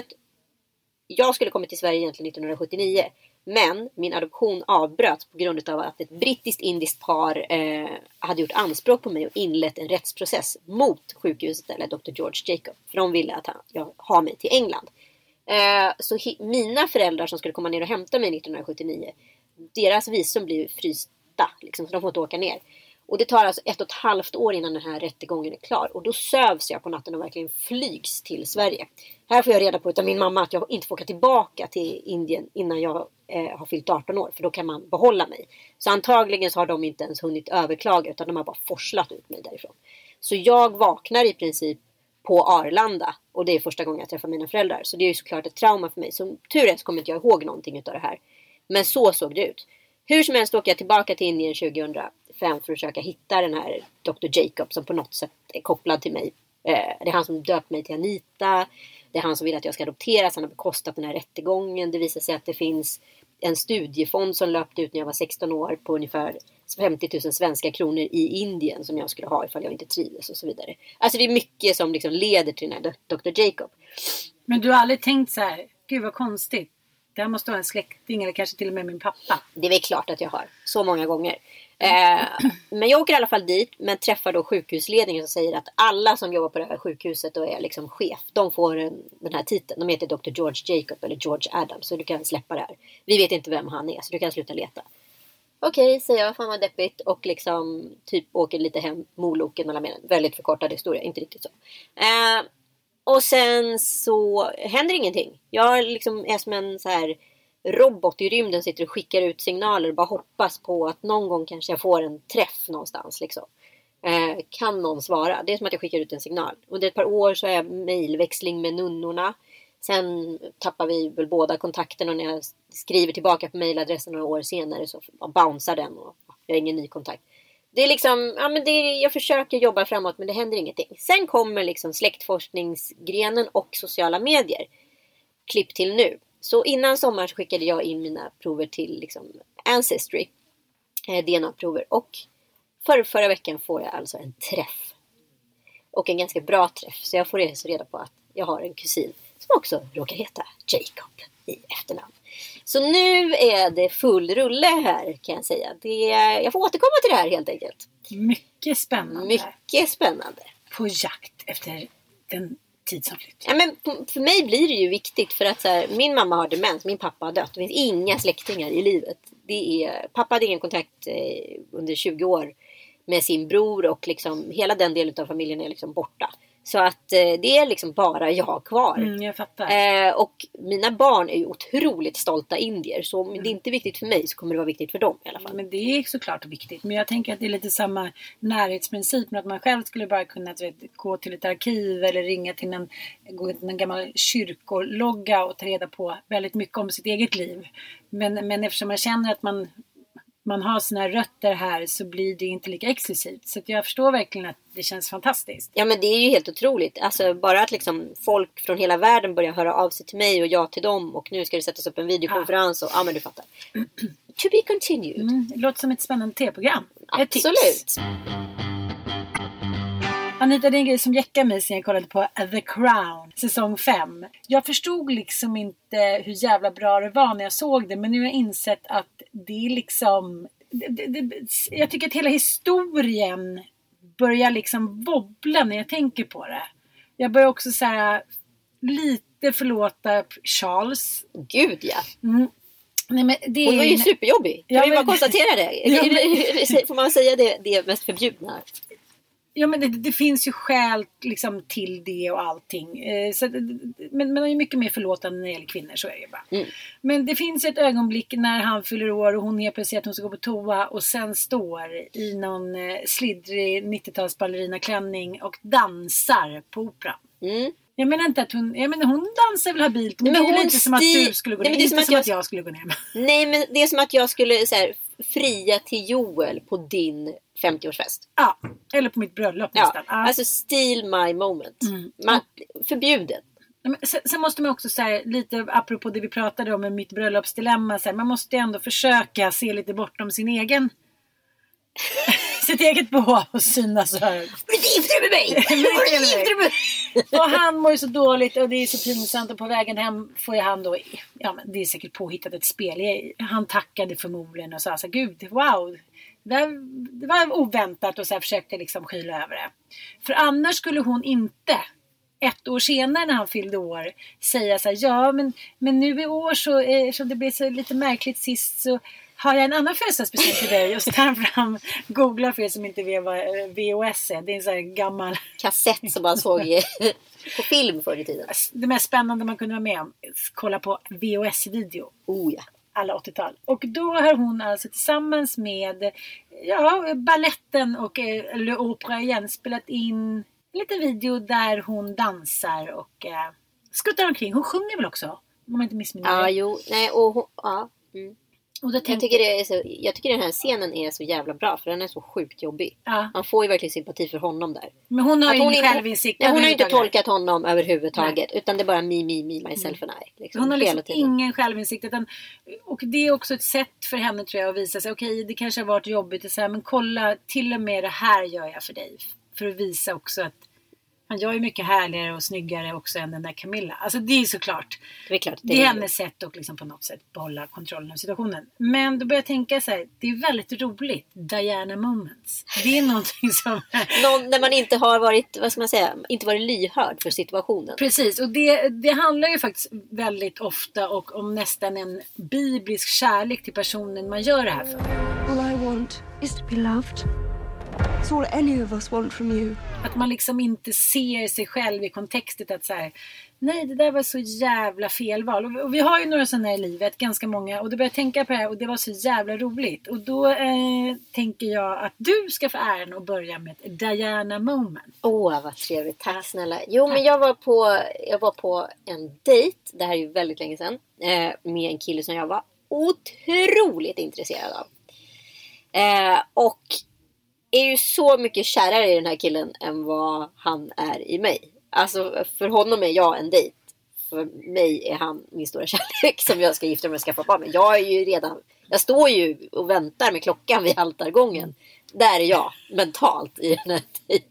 Jag skulle komma till Sverige egentligen nittonhundrasjuttionio. Men min adoption avbröts på grund av att ett brittiskt-indiskt par eh, hade gjort anspråk på mig och inlett en rättsprocess mot sjukhuset eller doktor George Jacob. För de ville att han, jag har mig till England. Eh, så hi- mina föräldrar som skulle komma ner och hämta mig nittonhundrasjuttionio, deras visum blir frysta. Liksom, så de får inte åka ner. Och det tar alltså ett och ett halvt år innan den här rättegången är klar. Och då sövs jag på natten och verkligen flygs till Sverige. Här får jag reda på av min mamma att jag inte får åka tillbaka till Indien innan jag eh, har fyllt arton år. För då kan man behålla mig. Så antagligen så har de inte ens hunnit överklaga utan de har bara forslat ut mig därifrån. Så jag vaknar i princip på Arlanda. Och det är första gången jag träffar mina föräldrar. Så det är ju såklart ett trauma för mig. Som tur är så kommer inte jag ihåg någonting av det här. Men så såg det ut. Hur som helst åker jag tillbaka till Indien tjugohundrafem för att försöka hitta den här doktor Jacob som på något sätt är kopplad till mig. Det är han som döpt mig till Anita. Det är han som vill att jag ska adopteras. Han har bekostat den här rättegången. Det visar sig att det finns en studiefond som löpte ut när jag var sexton år på ungefär femtio tusen svenska kronor i Indien som jag skulle ha ifall jag inte trivdes och så vidare. Alltså det är mycket som liksom leder till den här doktor Jacob. Men du har aldrig tänkt så här, gud vad konstigt. Det här måste vara en släkting eller kanske till och med min pappa. Det är väl klart att jag har. Så många gånger. Eh, men jag åker i alla fall dit. Men träffar då sjukhusledningen som säger att alla som jobbar på det här sjukhuset och är liksom chef. De får en, den här titeln. De heter doktor George Jacob eller George Adams. Så du kan släppa det här. Vi vet inte vem han är så du kan sluta leta. Okej, okay, säger jag. Fan vad deppigt. Och liksom typ åker lite hem moloken mellan benen. Väldigt förkortad historia. Inte riktigt så. Eh, Och sen så händer ingenting. Jag liksom är som en så här robot i rymden, sitter och skickar ut signaler och bara hoppas på att någon gång kanske jag får en träff någonstans. Liksom. Eh, kan någon svara? Det är som att jag skickar ut en signal. Under ett par år så är jag mejlväxling med nunnorna. Sen tappar vi väl båda kontakten och när jag skriver tillbaka på mejladressen några år senare så bouncear den och jag har ingen ny kontakt. Det är liksom, ja men det är, jag försöker jobba framåt men det händer ingenting. Sen kommer liksom släktforskningsgrenen och sociala medier. Klipp till nu. Så innan sommar skickade jag in mina prover till liksom Ancestry. Eh, D N A-prover. Och för, förra veckan får jag alltså en träff. Och en ganska bra träff. Så jag får reda på att jag har en kusin som också råkar heta Jacob i efternamn. Så nu är det full rulle här kan jag säga. Det, jag får återkomma till det här helt enkelt. Mycket spännande. Mycket spännande. På jakt efter den tid som flytt. Ja, men för mig blir det ju viktigt för att så här, min mamma har demens, min pappa har dött. Det finns inga släktingar i livet. Det är, pappa hade ingen kontakt eh, under tjugo år med sin bror och liksom, hela den delen av familjen är liksom borta. Så att eh, det är liksom bara jag kvar. Mm, jag fattar. Eh, och mina barn är ju otroligt stolta indier. Så om mm. det är inte viktigt för mig så kommer det vara viktigt för dem i alla fall. Men det är såklart viktigt. Men jag tänker att det är lite samma närhetsprincip. Att man själv skulle bara kunna vet, gå till ett arkiv eller ringa till en, gå till en gammal kyrkologga och ta reda på väldigt mycket om sitt eget liv. Men, men eftersom man känner att man... man har sina rötter här så blir det inte lika exklusivt. Så att jag förstår verkligen att det känns fantastiskt. Ja men det är ju helt otroligt. Alltså bara att liksom folk från hela världen börjar höra av sig till mig och jag till dem. Och nu ska det sättas upp en videokonferens och ja men du fattar. To be continued. Mm, det låter som ett spännande tv-program. Absolut. Anita, det är en grej som jäckar mig sen jag kollade på The Crown, säsong fem. Jag förstod liksom inte hur jävla bra det var när jag såg det. Men nu har jag insett att det är liksom... Det, det, jag tycker att hela historien börjar liksom wobbla när jag tänker på det. Jag börjar också så här lite förlåta Charles. Gud, ja. Mm. Nej, men det hon var ju superjobbig. Kan ja, vi bara men... konstatera det? Ja, men... Får man säga det, det mest förbjudna? Ja, men det, det finns ju skäl liksom till det och allting. Eh, så, men man är ju mycket mer förlåtande när det gäller kvinnor, så är det ju bara. Mm. Men det finns ett ögonblick när han fyller år och hon är plötsligt att hon ska gå på toa och sen står i någon eh, slidrig nittio-tals ballerinaklänning och dansar på operan. Mm. Jag menar inte att hon, jag menar hon dansar väl habilt, men, men det är lite sti... som att du skulle gå ner. Nej, men det är som, inte att, som jag... att jag skulle gå ner. Nej, men det är som att jag skulle så här, fria till Joel på din femtioårsfest. Ja, eller på mitt bröllop ja, nästan. Ja. Alltså steal my moment. Mm. Man, förbjudet. Men sen, sen måste man också säga lite apropå det vi pratade om med mitt bröllopsdilemma. Så här, man måste ändå försöka se lite bortom sin egen... sitt eget behov och synas så här. Men gifter du med mig? Men gifter du med mig? Och han mår ju så dåligt och det är så pinsamt och på vägen hem får jag han då, ja men det är säkert påhittat ett spel. Han tackade förmodligen och sa så här, gud, wow. Det, det var oväntat och så här försökte liksom skyla över det. För annars skulle hon inte ett år senare när han fyllde år säga så här, ja men, men nu i år så, eh, så det blev så lite märkligt sist så har jag en annan födelsedagspresent till dig och så tar han fram, googlar för er som inte vet vad V H S är. Det är en sån här gammal kassett som man såg på film förr i tiden. Det mest spännande man kunde vara med om, kolla på V H S-video. Oh ja. Alla åttiotal. Och då har hon alltså tillsammans med ja, balletten och eh, Le Opera igen spelat in en liten video där hon dansar och eh, skuttar omkring. Hon sjunger väl också? Om man inte missminner mig. Ja, jo. Nej, och hon, ja. Mm. Och jag, tänkte... tycker det är så, jag tycker den här scenen är så jävla bra. För den är så sjukt jobbig. Ja. Man får ju verkligen sympati för honom där. Men hon har ju ingen självinsikt. Nej, hon har ju inte tolkat honom överhuvudtaget. Nej. Utan det är bara me, me, me, myself mm. and I. Liksom, hon har liksom ingen självinsikt. Utan, och det är också ett sätt för henne tror jag att visa sig. Okej, det kanske har varit jobbigt. Så här, men kolla, till och med det här gör jag för dig. För att visa också att han gör ju mycket härligare och snyggare också än den där Camilla. Alltså det är såklart. Det är, klart, det det är hennes sätt att liksom på något sätt behålla kontrollen av situationen. Men då börjar jag tänka så här, det är väldigt roligt. Diana moments. Det är någonting som... Någon, när man inte har varit, vad ska man säga, inte varit lyhörd för situationen. Precis, och det, det handlar ju faktiskt väldigt ofta och om nästan en biblisk kärlek till personen man gör det här för. All I want is to be loved. It's all any of us want from you. Att man liksom inte ser sig själv i kontextet att så här, nej det där var så jävla felval. Och, och vi har ju några sådana här i livet, ganska många. Och då började jag tänka på det här och det var så jävla roligt. Och då eh, tänker jag att du ska få äran att börja med ett Diana moment. Åh, oh, vad trevligt. Tack snälla. Jo, men jag var på, jag var på en dejt, det här är ju väldigt länge sedan, eh, med en kille som jag var otroligt intresserad av. Eh, och är ju så mycket kärare i den här killen än vad han är i mig. Alltså för honom är jag en dejt. För mig är han min stora kärlek som jag ska gifta mig och skaffa barn med. Jag är ju redan, jag står ju och väntar med klockan vid altargången. Där är jag mentalt i den här dejten.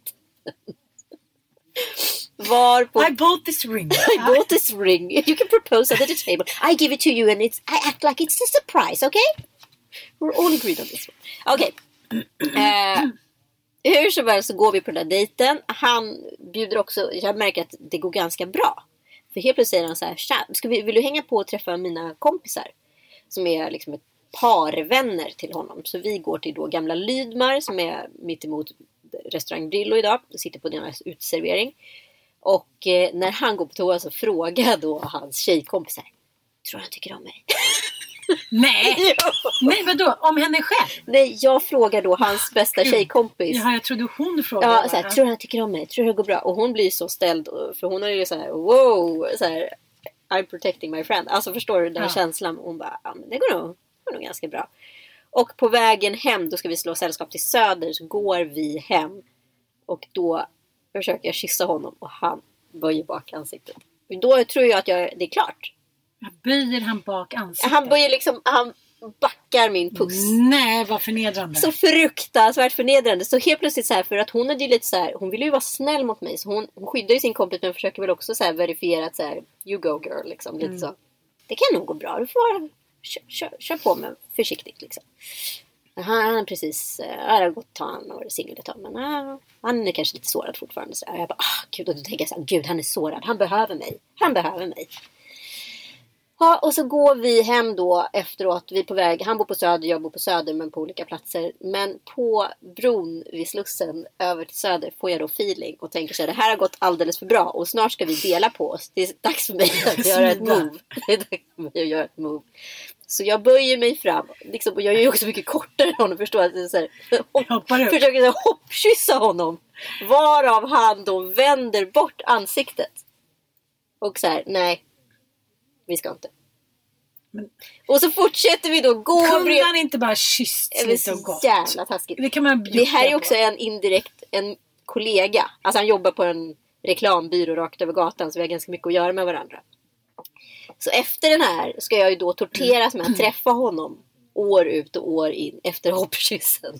Var på... I bought this ring. I bought this ring. You can propose at the table. I give it to you and it's, I act like it's a surprise, okay? We're all agreed on this one. Okay. Eh, hur som helst så går vi på den där dejten. Han bjuder också, jag märker att det går ganska bra. För helt plötsligt säger han så här, ska vi, vill du hänga på och träffa mina kompisar? Som är liksom ett par vänner till honom. Så vi går till då gamla Lydmar som är mitt emot restaurang Brillo idag. Och sitter på deras utservering. Och eh, när han går på toa så frågar då hans tjejkompisar, tror han tycker om mig? Nej, nej vadå? Om henne själv? Nej, jag frågar då hans bästa tjejkompis. Ja, jag trodde hon frågade. Ja, så här, tror han tycker om mig? Tror det går bra? Och hon blir så ställd. För hon är ju så här, wow, så här, I'm protecting my friend. Alltså förstår du den här ja. känslan? Hon bara, ja men det går nog, det går nog ganska bra. Och på vägen hem, då ska vi slå sällskap till Söder. Så går vi hem. Och då försöker jag kyssa honom. Och han böjer bak ansiktet. Då tror jag att jag, det är klart. Böjer han bak ansiktet? Han böjer liksom, han backar min puss. Nej, vad förnedrande. Så fruktansvärt förnedrande. Så helt plötsligt så här, för att hon hade ju lite så här, hon ville ju vara snäll mot mig. Så hon, hon skyddar ju sin kompis, men försöker väl också så här verifiera att så här, you go girl, liksom. Lite mm. så. Det kan nog gå bra. Du får bara kör, kör, kör på med försiktigt, liksom. Han är precis, jag har gått ta han och singel ett tag, men uh, han är kanske lite sårad fortfarande. Så jag bara, ah, gud, och då tänker jag så här, gud, han är sårad. Han behöver mig. Han behöver mig. Ja, och så går vi hem då efteråt. Vi är på väg, han bor på Söder, jag bor på Söder, men på olika platser. Men på bron vid Slussen över till Söder får jag då feeling och tänker så här, det här har gått alldeles för bra. Och snart ska vi dela på oss. Det är dags för mig att göra ett move. Det är dags för mig att göra ett move. Så jag böjer mig fram. Liksom, och jag är ju också mycket kortare än honom. Förstår att det är så här, hopp, försöker så här, hoppkyssa honom. Varav han då vänder bort ansiktet. Och så här, nej. Vi ska inte. Men, och så fortsätter vi då gå. Kunde han inte bara kysst lite och gott? Jävla taskigt. Det kan man Det här är också en indirekt en kollega. Alltså han jobbar på en reklambyrå rakt över gatan. Så vi har ganska mycket att göra med varandra. Så efter den här ska jag ju då torteras med att träffa honom år ut och år in efter hoppkyssen.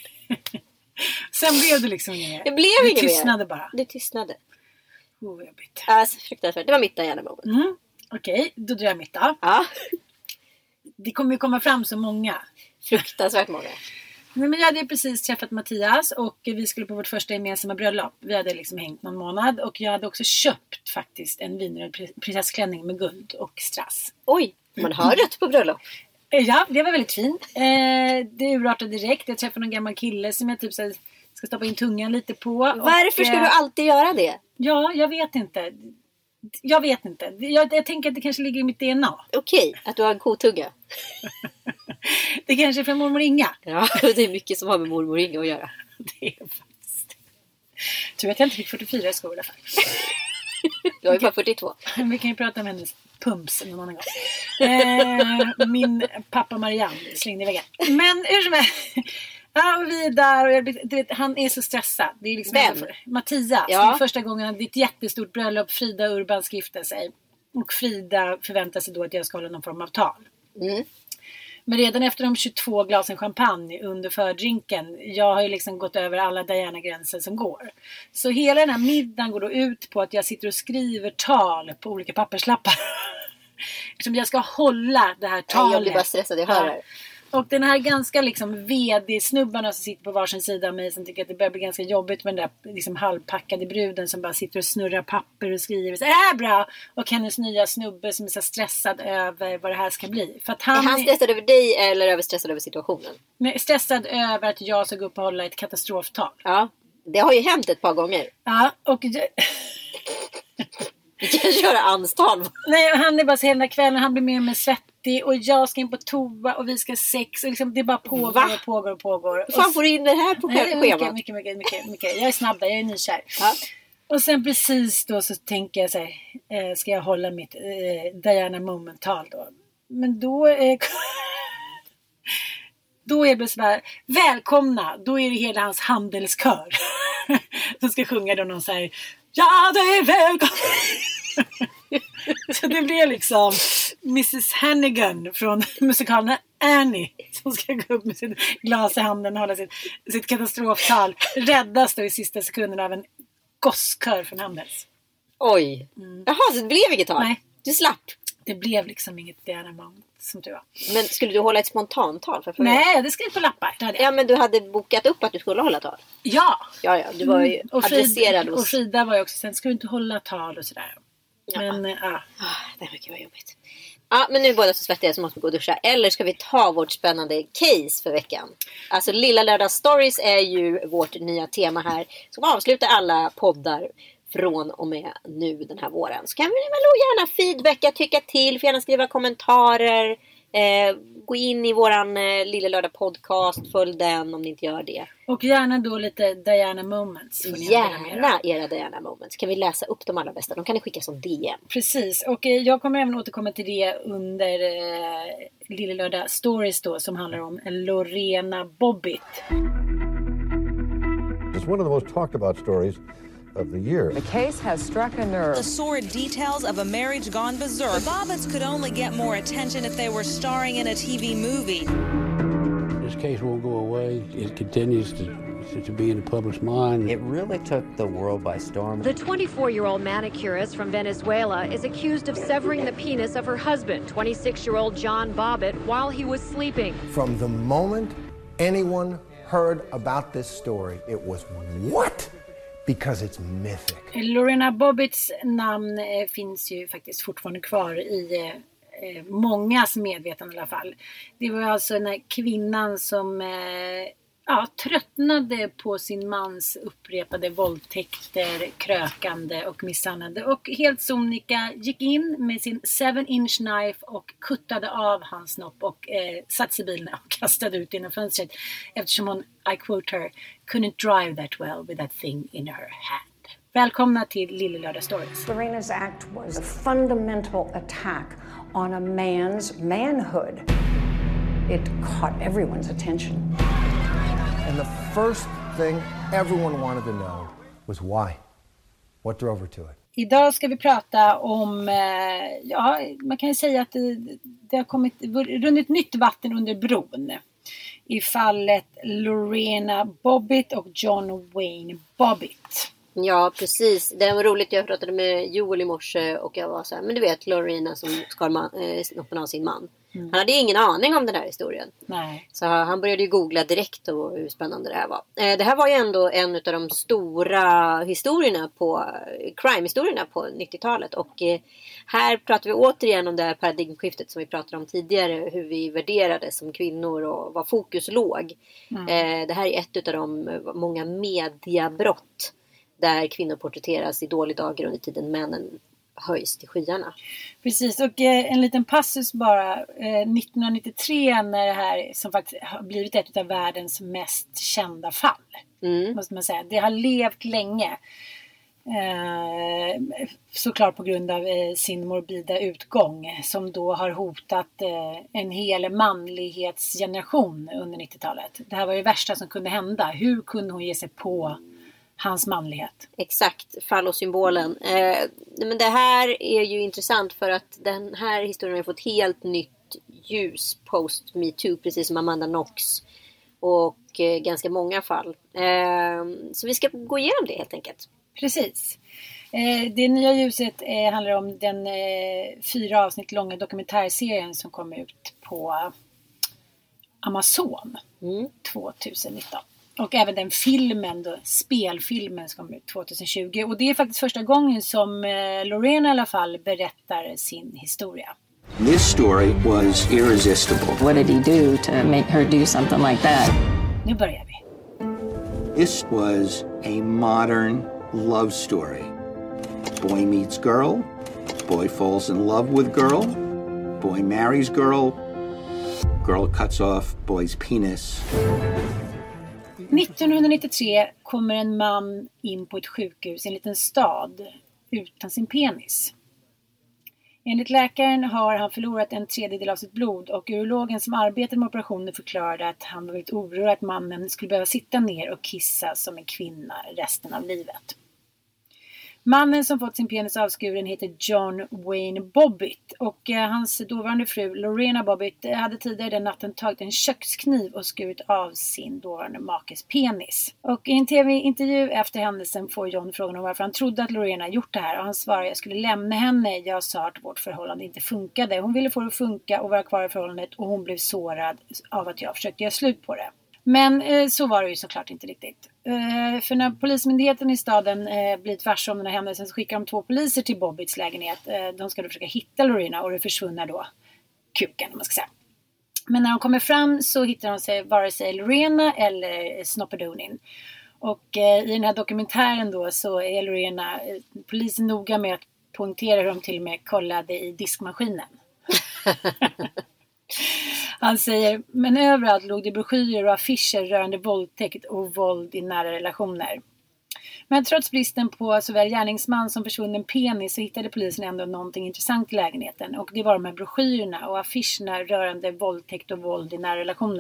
Sen blev det liksom inget mer. Det blev det inget mer. Det tystnade bara. Det tystnade. Oh, jobbigt. Alltså fruktansvärt. Det var mitt Diana moment. Mm. Okej, okay, då drar jag mitt då. Ja. Det kommer ju komma fram så många. Fruktansvärt många. Nej, men jag hade precis träffat Mattias och vi skulle på vårt första gemensamma bröllop. Vi hade liksom hängt någon månad och jag hade också köpt faktiskt en vinröd prinsessklänning med guld och strass. Oj, man hör rött på bröllop. Ja, det var väldigt fint. Eh, det urartade direkt. Jag träffade någon gammal kille som jag typ så här, ska stoppa in tungan lite på. Varför och, ska du alltid göra det? Ja, jag vet inte. Jag vet inte. Jag, jag tänker att det kanske ligger i mitt D N A. Okej, att du har en kotugga. Det kanske är från mormor Inga. Ja, det är mycket som har med mormor Inga att göra. Det är faktiskt. Tror att jag inte fick fyrtiofyra i skor i alla fall. Du har ju bara fyrtiotvå. Vi kan ju prata om hennes pumps någon annan gång. Eh, min pappa Marianne slängde i väggen. Men hur som helst. Ja, och vi är där och jag, du vet, han är så stressad. Det är liksom Vem? För, Mattias. Ja. Det är första gången det är ett jättestort bröllop. Frida Urban skriftar sig. Och Frida förväntar sig då att jag ska hålla någon form av tal. Mm. Men redan efter de tjugotvå glasen champagne under fördrinken. Jag har ju liksom gått över alla Diana-gränser som går. Så hela den här middagen går då ut på att jag sitter och skriver tal på olika papperslappar. Eftersom jag ska hålla det här talet. Jag blir bara stressad, jag hör det. Och den här ganska liksom vd-snubbarna som sitter på varsin sida av mig som tycker att det börjar bli ganska jobbigt med den där liksom halvpackade bruden som bara sitter och snurrar papper och skriver så är det bra? Och hennes nya snubbe som är så stressad över vad det här ska bli. För att han är han stressad över dig eller över stressad över situationen? Nej, stressad över att jag ska gå upp och hålla ett katastroftal. Ja, det har ju hänt ett par gånger. Ja, och... Vi kan köra anstal. Nej, han är bara så hela kvällen. Han blir mer och mer svettig. Och jag ska in på toa och vi ska sex. Och liksom, det bara pågår Va? och pågår och pågår. Hur fan får du in det här på schemat? Mycket, mycket, mycket, mycket, mycket. Jag är snabb där, jag är nykär. Ja. Och sen precis då så tänker jag så här. Eh, ska jag hålla mitt eh, Diana moment-tal då? Men då... Eh, då är det så här, välkomna. Då är det hela hans handelskör. Som ska sjunga då någon så här. Ja, det är välkommen. Så det blir liksom missus Hannigan från musikalen Annie som ska gå upp med sitt glas i handen och hålla sitt, sitt katastroftal. Räddas då i sista sekunden av en gosskör från Handels. Oj. Mm. Jaha, så det blev inget tal? Nej. Du slapp? Det blev liksom inget Diana moment som du var. Men skulle du hålla ett spontantal? För Nej, det skrev på lappar. Det ja, men du hade bokat upp att du skulle hålla tal? Ja. Ja, ja. Du var ju mm. adresserad hos... Och Frida var ju också sen, ska du inte hålla tal och sådär. Ja. Men, ja. Ah, det här mycket var jobbigt. Ja, men nu är båda så svettiga så måste vi gå och duscha. Eller ska vi ta vårt spännande case för veckan? Alltså Lilla Lördag Stories är ju vårt nya tema här. Som avslutar alla poddar från och med nu den här våren. Så kan vi väl gärna feedbacka, tycka till, för gärna skriva kommentarer. Eh, gå in i våran eh, Lilla Lördag podcast, följ den om ni inte gör det. Och gärna då lite Diana moments. Gärna era Diana moments. Kan vi läsa upp de allra bästa? De kan ni skicka som D M. Precis, och eh, jag kommer även återkomma till det under eh, Lilla Lördag Stories då, som handlar om Lorena Bobbitt. It's one of the most talked about stories of the year. The case has struck a nerve. The sordid details of a marriage gone berserk. The Bobbitts could only get more attention if they were starring in a T V movie. This case won't go away. It continues to, to be in the public's mind. It really took the world by storm. The twenty-four-year-old manicurist from Venezuela is accused of severing the penis of her husband, twenty-six-year-old John Bobbitt, while he was sleeping. From the moment anyone heard about this story, it was what? Because it's mythic. Lorena Bobbitts namn eh, finns ju faktiskt fortfarande kvar i eh, mångas medvetande i alla fall. Det var alltså den här kvinnan som eh, ja, tröttnade på sin mans upprepade våldtäkter, krökande och misshandlande. Och helt sonika gick in med sin seven inch knife och kuttade av hans snopp och eh, satt sig i bilen och kastade ut genom fönstret. Eftersom hon, I quote her, couldn't drive that well with that thing in her hand. Välkomna till Lille Lördag Stories. Lorena's act was a fundamental attack on a man's manhood. It caught everyone's attention. And the first thing everyone wanted to know was why. What drove her to it? Idag ska vi prata om, ja, man kan ju säga att det, det har kommit runnit nytt vatten under bron. I fallet Lorena Bobbitt och John Wayne Bobbitt. Ja, precis. Det var roligt. Jag pratade med Joel i morse och jag var så här, men du vet Lorena som skar man, eh, snoppen av sin man. Mm. Han hade ingen aning om den här historien. Nej. Så han började ju googla direkt och hur spännande det här var. Eh, det här var ju ändå en av de stora historierna på, crime-historierna på nittiotalet. Och eh, här pratar vi återigen om det här paradigmskiftet som vi pratade om tidigare. Hur vi värderade som kvinnor och var fokus låg. Mm. Eh, det här är ett av de många mediabrott där kvinnor porträtteras i dålig dagar under tiden männen höjs till skyarna. Precis, och eh, en liten passus bara. Eh, nittonhundranittiotre när det här som faktiskt har blivit ett av världens mest kända fall. Mm. Måste man säga. Det har levt länge. Eh, såklart på grund av eh, sin morbida utgång som då har hotat eh, en hel manlighetsgeneration under nittiotalet. Det här var det värsta som kunde hända. Hur kunde hon ge sig på hans manlighet? Exakt, fallosymbolen. Eh, men det här är ju intressant för att den här historien har fått helt nytt ljus post Me Too, precis som Amanda Knox och eh, ganska många fall. Eh, så vi ska gå igenom det helt enkelt. Precis. Eh, det nya ljuset eh, handlar om den eh, fyra avsnitt långa dokumentärserien som kom ut på Amazon mm. tjugonitton. Och även den filmen då, spelfilmen som kom ut tjugohundratjugo. Och det är faktiskt första gången som eh, Lorena i alla fall berättar sin historia. This story was irresistible. What did he do to make her do something like that? Nu börjar vi. This was a modern love story. Boy meets girl. Boy falls in love with girl. Boy marries girl. Girl cuts off boy's penis. nittonhundranittiotre kommer en man in på ett sjukhus i en liten stad utan sin penis. Enligt läkaren har han förlorat en tredjedel av sitt blod och urologen som arbetade med operationen förklarade att han var väldigt orolig att mannen skulle behöva sitta ner och kissa som en kvinna resten av livet. Mannen som fått sin penis avskuren heter John Wayne Bobbitt och eh, hans dåvarande fru Lorena Bobbitt hade tidigare den natten tagit en kökskniv och skurit av sin dåvarande makes penis. Och i en tv-intervju efter händelsen får John frågan om varför han trodde att Lorena gjort det här och han svarar jag skulle lämna henne, jag sa att vårt förhållande inte funkade. Hon ville få det att funka och vara kvar i förhållandet och hon blev sårad av att jag försökte göra slut på det. Men eh, så var det ju såklart inte riktigt. Eh, för när polismyndigheten i staden eh, blivit varse om den här händelsen så skickar de två poliser till Bobbitts lägenhet. Eh, de ska då försöka hitta Lorena och det försvunna då kuken, om man ska säga. Men när de kommer fram så hittar de sig vare sig Lorena eller Snoppedonin. Och eh, i den här dokumentären då så är Lorena, eh, polisen noga med att poängtera hur de till och med kollade i diskmaskinen. Han säger, men överallt låg det broschyrer och affischer rörande våldtäkt och våld i nära relationer. Men trots bristen på såväl gärningsman som försvunnen penis så hittade polisen ändå någonting intressant i lägenheten. Och det var de här broschyrerna och affischerna rörande våldtäkt och våld i nära relationer.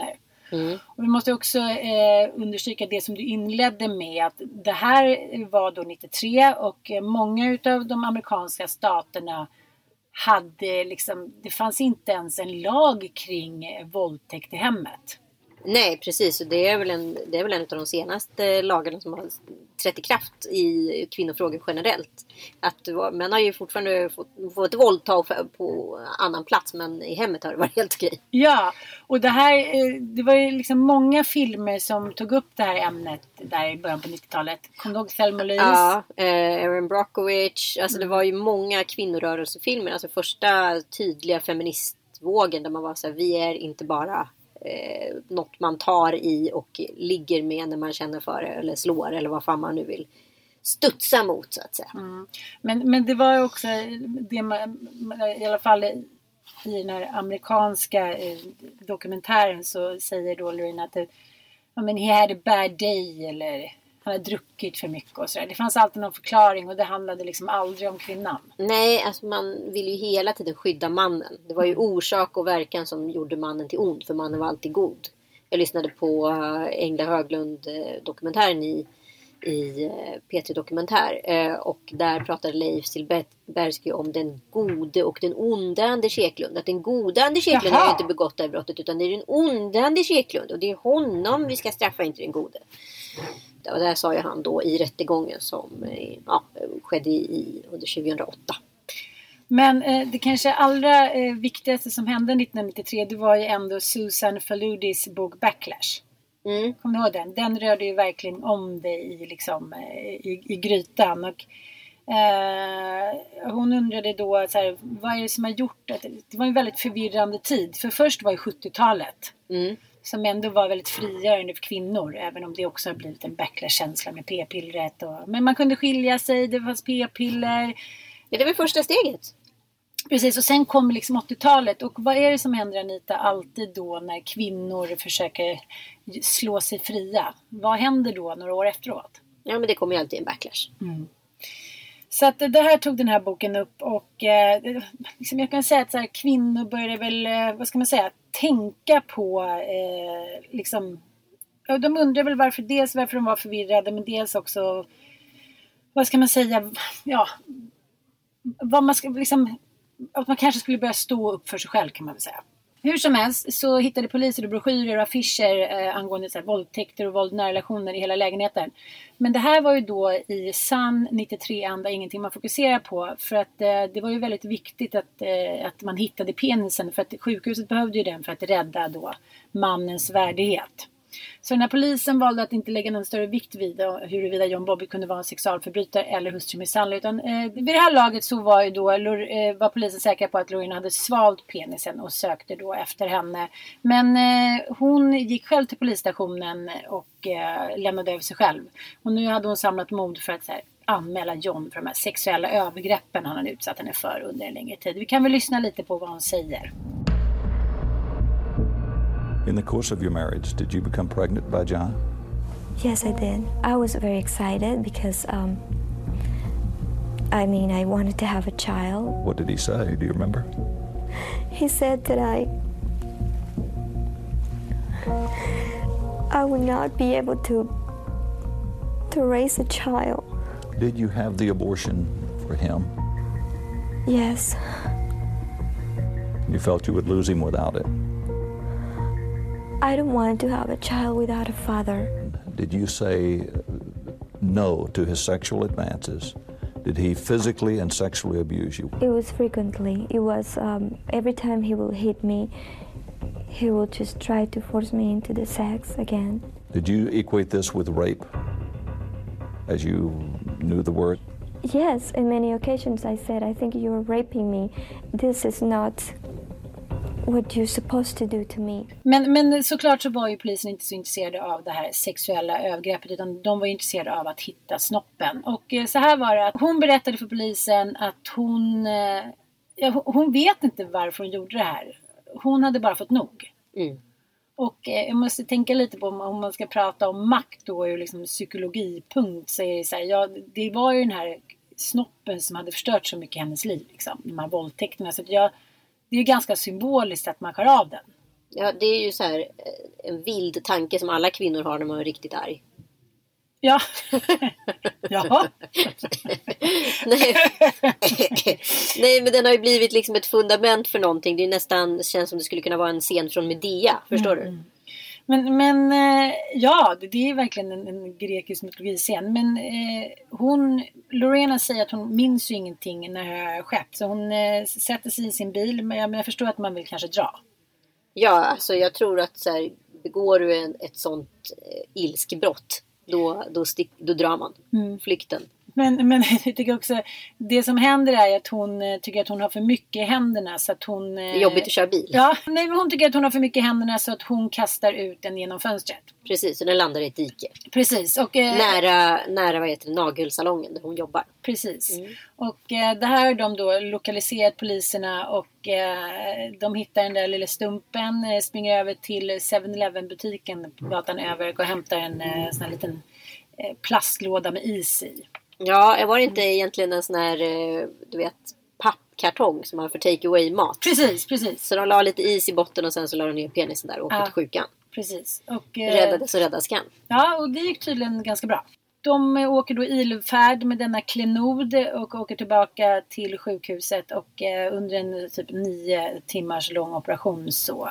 Mm. Och vi måste också eh, understryka det som du inledde med, att det här var då nittiotre och många utav de amerikanska staterna hade liksom, det fanns inte ens en lag kring våldtäkt i hemmet. Nej, precis. Och det är väl en, det är väl en av de senaste lagarna som har trätt i kraft i kvinnofrågor generellt. Att män har ju fortfarande fått, fått våldta på annan plats, men i hemmet har det varit helt okej. Ja, och det här, det var ju liksom många filmer som tog upp det här ämnet där i början på nittiotalet. Kommer du ihåg Thelma och Louise? Ja, eh, Erin Brockovich. Alltså det var ju många kvinnorörelsefilmer. Alltså första tydliga feministvågen där man var så här, vi är inte bara Eh, något man tar i och ligger med när man känner för det eller slår eller vad fan man nu vill studsa mot, så att säga. Mm. Men, men det var också det man, i alla fall i den här amerikanska eh, dokumentären så säger då Lorraine att det, ja, men he had a bad day eller han hade druckit för mycket och sådär. Det fanns alltid någon förklaring och det handlade liksom aldrig om kvinnan. Nej, alltså man vill ju hela tiden skydda mannen. Det var ju orsak och verkan som gjorde mannen till ond, för mannen var alltid god. Jag lyssnade på Engla Höglund-dokumentären i, i P tre Dokumentär och där pratade Leif Silbersky om den gode och den onde Anders Eklund. Att den gode Anders Eklund har ju inte begått det här brottet, utan det är den onde Anders Eklund och det är honom vi ska straffa, inte den gode. Och det här sa ju han då i rättegången som ja, skedde i, under tjugohundraåtta. Men eh, det kanske allra eh, viktigaste som hände nittonhundranittiotre, det var ju ändå Susan Faludis bok Backlash. Mm. Kommer du ihåg den? Den rörde ju verkligen om det i, liksom, i, i grytan. Och, eh, hon undrade då så här, vad är det som har gjort att det var en väldigt förvirrande tid. För först var ju sjuttiotalet. Mm. Som ändå var väldigt frigörande för kvinnor. Även om det också har blivit en backlash-känsla med p-pillret. Och, men man kunde skilja sig, det fanns p-piller. Ja, det var första steget. Precis, och sen kom liksom åttiotalet. Och vad är det som händer, Anita, alltid då när kvinnor försöker slå sig fria? Vad händer då några år efteråt? Ja, men det kommer ju alltid en backlash. Mm. Så att det här tog den här boken upp. Och eh, liksom jag kan säga att så här, kvinnor började väl, eh, vad ska man säga, tänka på eh, liksom, ja, de undrar väl varför, dels varför de var förvirrade, men dels också, vad ska man säga, ja, vad man ska liksom, att man kanske skulle börja stå upp för sig själv, kan man väl säga. Hur som helst så hittade poliser och broschyrer och affischer eh, angående så här, våldtäkter och våld i nära relationer i hela lägenheten. Men det här var ju då i sann nittiotre-anda ingenting man fokuserar på. För att eh, det var ju väldigt viktigt att, eh, att man hittade penisen. För att sjukhuset behövde ju den för att rädda då mannens värdighet. Så den här polisen valde att inte lägga någon större vikt vid huruvida John Bobby kunde vara en sexualförbrytare eller hustrumisshandlare. Utan eh, vid det här laget så var, ju då, eh, var polisen säker på att Lorraine hade svalt penisen och sökte då efter henne. Men eh, hon gick själv till polisstationen och eh, lämnade över sig själv. Och nu hade hon samlat mod för att så här, anmäla John för de här sexuella övergreppen han hade utsatt henne för under en längre tid. Vi kan väl lyssna lite på vad hon säger. In the course of your marriage, did you become pregnant by John? Yes, I did. I was very excited because, um, I mean, I wanted to have a child. What did he say? Do you remember? He said that I, I would not be able to, to raise a child. Did you have the abortion for him? Yes. You felt you would lose him without it? I don't want to have a child without a father. Did you say no to his sexual advances? Did he physically and sexually abuse you? It was frequently. It was um, every time he will hit me, he will just try to force me into the sex again. Did you equate this with rape, as you knew the word? Yes, in many occasions I said, I think you're raping me. This is not what you're supposed to do to me. Men, men såklart så var ju polisen inte så intresserade av det här sexuella övergreppet, utan de var intresserade av att hitta snoppen. Och eh, så här var det att hon berättade för polisen att hon, eh, ja, hon vet inte varför hon gjorde det här. Hon hade bara fått nog. Mm. Och eh, jag måste tänka lite på om man ska prata om makt då och liksom psykologipunkt, så är det så här, ja, det var ju den här snoppen som hade förstört så mycket i hennes liv, liksom, de här våldtäkterna. Så att jag, det är ganska symboliskt att man skär av den. Ja, det är ju så här en vild tanke som alla kvinnor har när man är riktigt arg. Ja. Ja. Nej. Nej, men den har ju blivit liksom ett fundament för någonting. Det är nästan, känns som det skulle kunna vara en scen från Medea, förstår Mm. du? Men, men ja, det, det är verkligen en, en grekisk mytologiscen. Men eh, hon, Lorena säger att hon minns ju ingenting när det har skett. Så hon eh, sätter sig i sin bil, men jag, men jag förstår att man vill kanske dra. Ja, alltså jag tror att så här, begår du en, ett sånt eh, ilskebrott, då, då, stick, då drar man Mm. flykten. Men, men jag tycker också, det som händer är att hon eh, tycker att hon har för mycket i händerna så att hon... Eh, Det är jobbigt att köra bil. Ja, nej, men hon tycker att hon har för mycket i händerna så att hon kastar ut den genom fönstret. Precis, och den landar i ett dike. Precis. Och, eh, nära, nära vad heter det, nagelsalongen där hon jobbar. Precis. Mm. Och eh, det här har de då lokaliserat poliserna och eh, de hittar den där lilla stumpen, eh, springer över till seven eleven butiken på gatan över och hämtar en eh, sån här liten eh, plastlåda med is i. Ja, var det inte egentligen en sån här, du vet, pappkartong som man för take away mat? Precis, precis. Så de la lite is i botten och sen så la de ner penisen där och åkte ja, till sjukan. Precis. Och, eh, räddades och räddas kan. Ja, och det gick tydligen ganska bra. De eh, åker då ilfärd med denna klenod och åker tillbaka till sjukhuset och eh, under en typ nio timmars lång operation så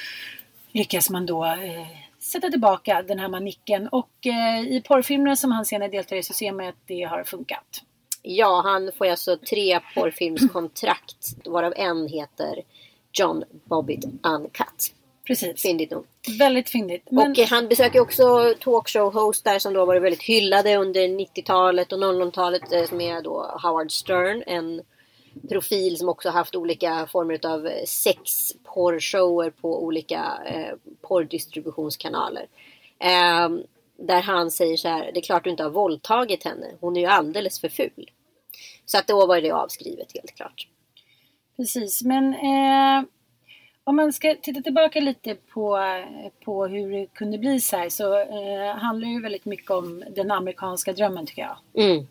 lyckas man då... Eh, sätta tillbaka den här manicken och eh, i porrfilmerna som han senare deltar i så ser man att det har funkat. Ja, han får alltså tre porrfilmskontrakt varav en heter John Bobbitt Uncut. Precis. Fyndigt nog. Väldigt fyndigt. Men... Och eh, han besöker också talkshow-hostar som då varit väldigt hyllade under nittiotalet och noll noll-talet eh, som är då Howard Stern, en profil som också haft olika former av sex-porrshower på olika eh, porrdistributionskanaler. Eh, där han säger så här: det är klart du inte har våldtagit henne. Hon är ju alldeles för ful. Så att då var det avskrivet helt klart. Precis, men eh, om man ska titta tillbaka lite på, på hur det kunde bli så här så eh, handlar det ju väldigt mycket om den amerikanska drömmen tycker jag. Mm.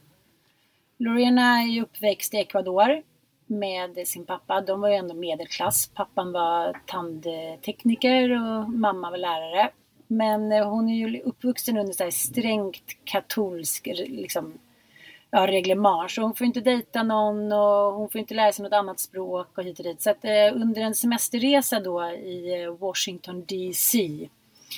Lorena är ju uppväxt i Ecuador med sin pappa. De var ju ändå medelklass. Pappan var tandtekniker och mamma var lärare. Men hon är ju uppvuxen under så här strängt katolsk liksom, ja, reglemang. Så hon får inte dejta någon och hon får inte lära sig något annat språk och hit och dit. Så att eh, under en semesterresa då i Washington D C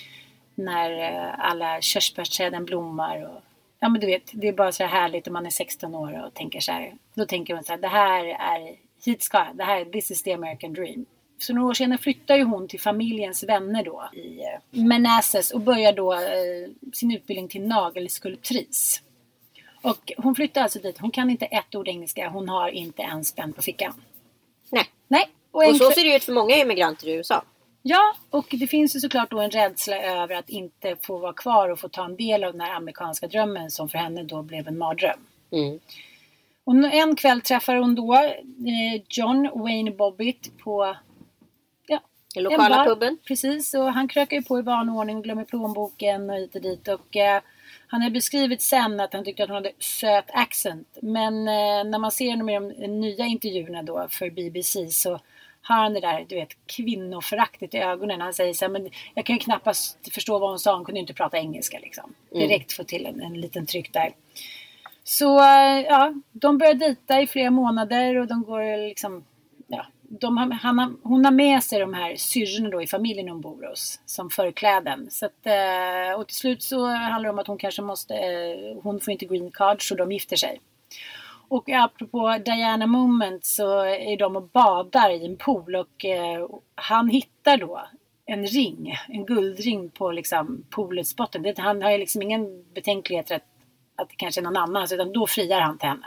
när eh, alla körsbärsträden blommar och ja men du vet, det är bara så här härligt om man är sexton år och tänker så här. Då tänker man så här, det här är, hit ska jag, det här, this is the American dream. Så några år senare flyttar ju hon till familjens vänner då i eh, Manassas och börjar då eh, sin utbildning till nagelskulptris. Och hon flyttar alltså dit, hon kan inte ett ord engelska, hon har inte en spänn på fickan. Nej. Nej. Och, och så ser det ut för många immigranter i U S A. Ja, och det finns ju såklart då en rädsla över att inte få vara kvar och få ta en del av den här amerikanska drömmen som för henne då blev en mardröm. Mm. Och en kväll träffar hon då eh, John Wayne Bobbitt på ja, den lokala bar. puben. Precis, och han krökar ju på i vanordning och glömmer plånboken och hit och dit. Och eh, han har beskrivit sen att han tyckte att hon hade söt accent. Men eh, när man ser honom i de nya intervjuerna då för B B C så har han det där, du vet, kvinnoföraktigt i ögonen. Han säger så här, men jag kan ju knappast förstå vad hon sa. Hon kunde ju inte prata engelska liksom. Mm. Direkt få till en, en liten tryck där. Så ja, de börjar dejta i flera månader och de går liksom, ja, de har, han har, hon har med sig de här syrrorna då i familjen hon bor hos som förkläden. Så att, och till slut så handlar det om att hon kanske måste, hon får inte green card så de gifter sig. Och apropå Diana Moment så är de och badar i en pool och eh, han hittar då en ring, en guldring på liksom poolets botten. Det, han har ju liksom ingen betänklighet att, att det kanske är någon annan utan då friar han till henne.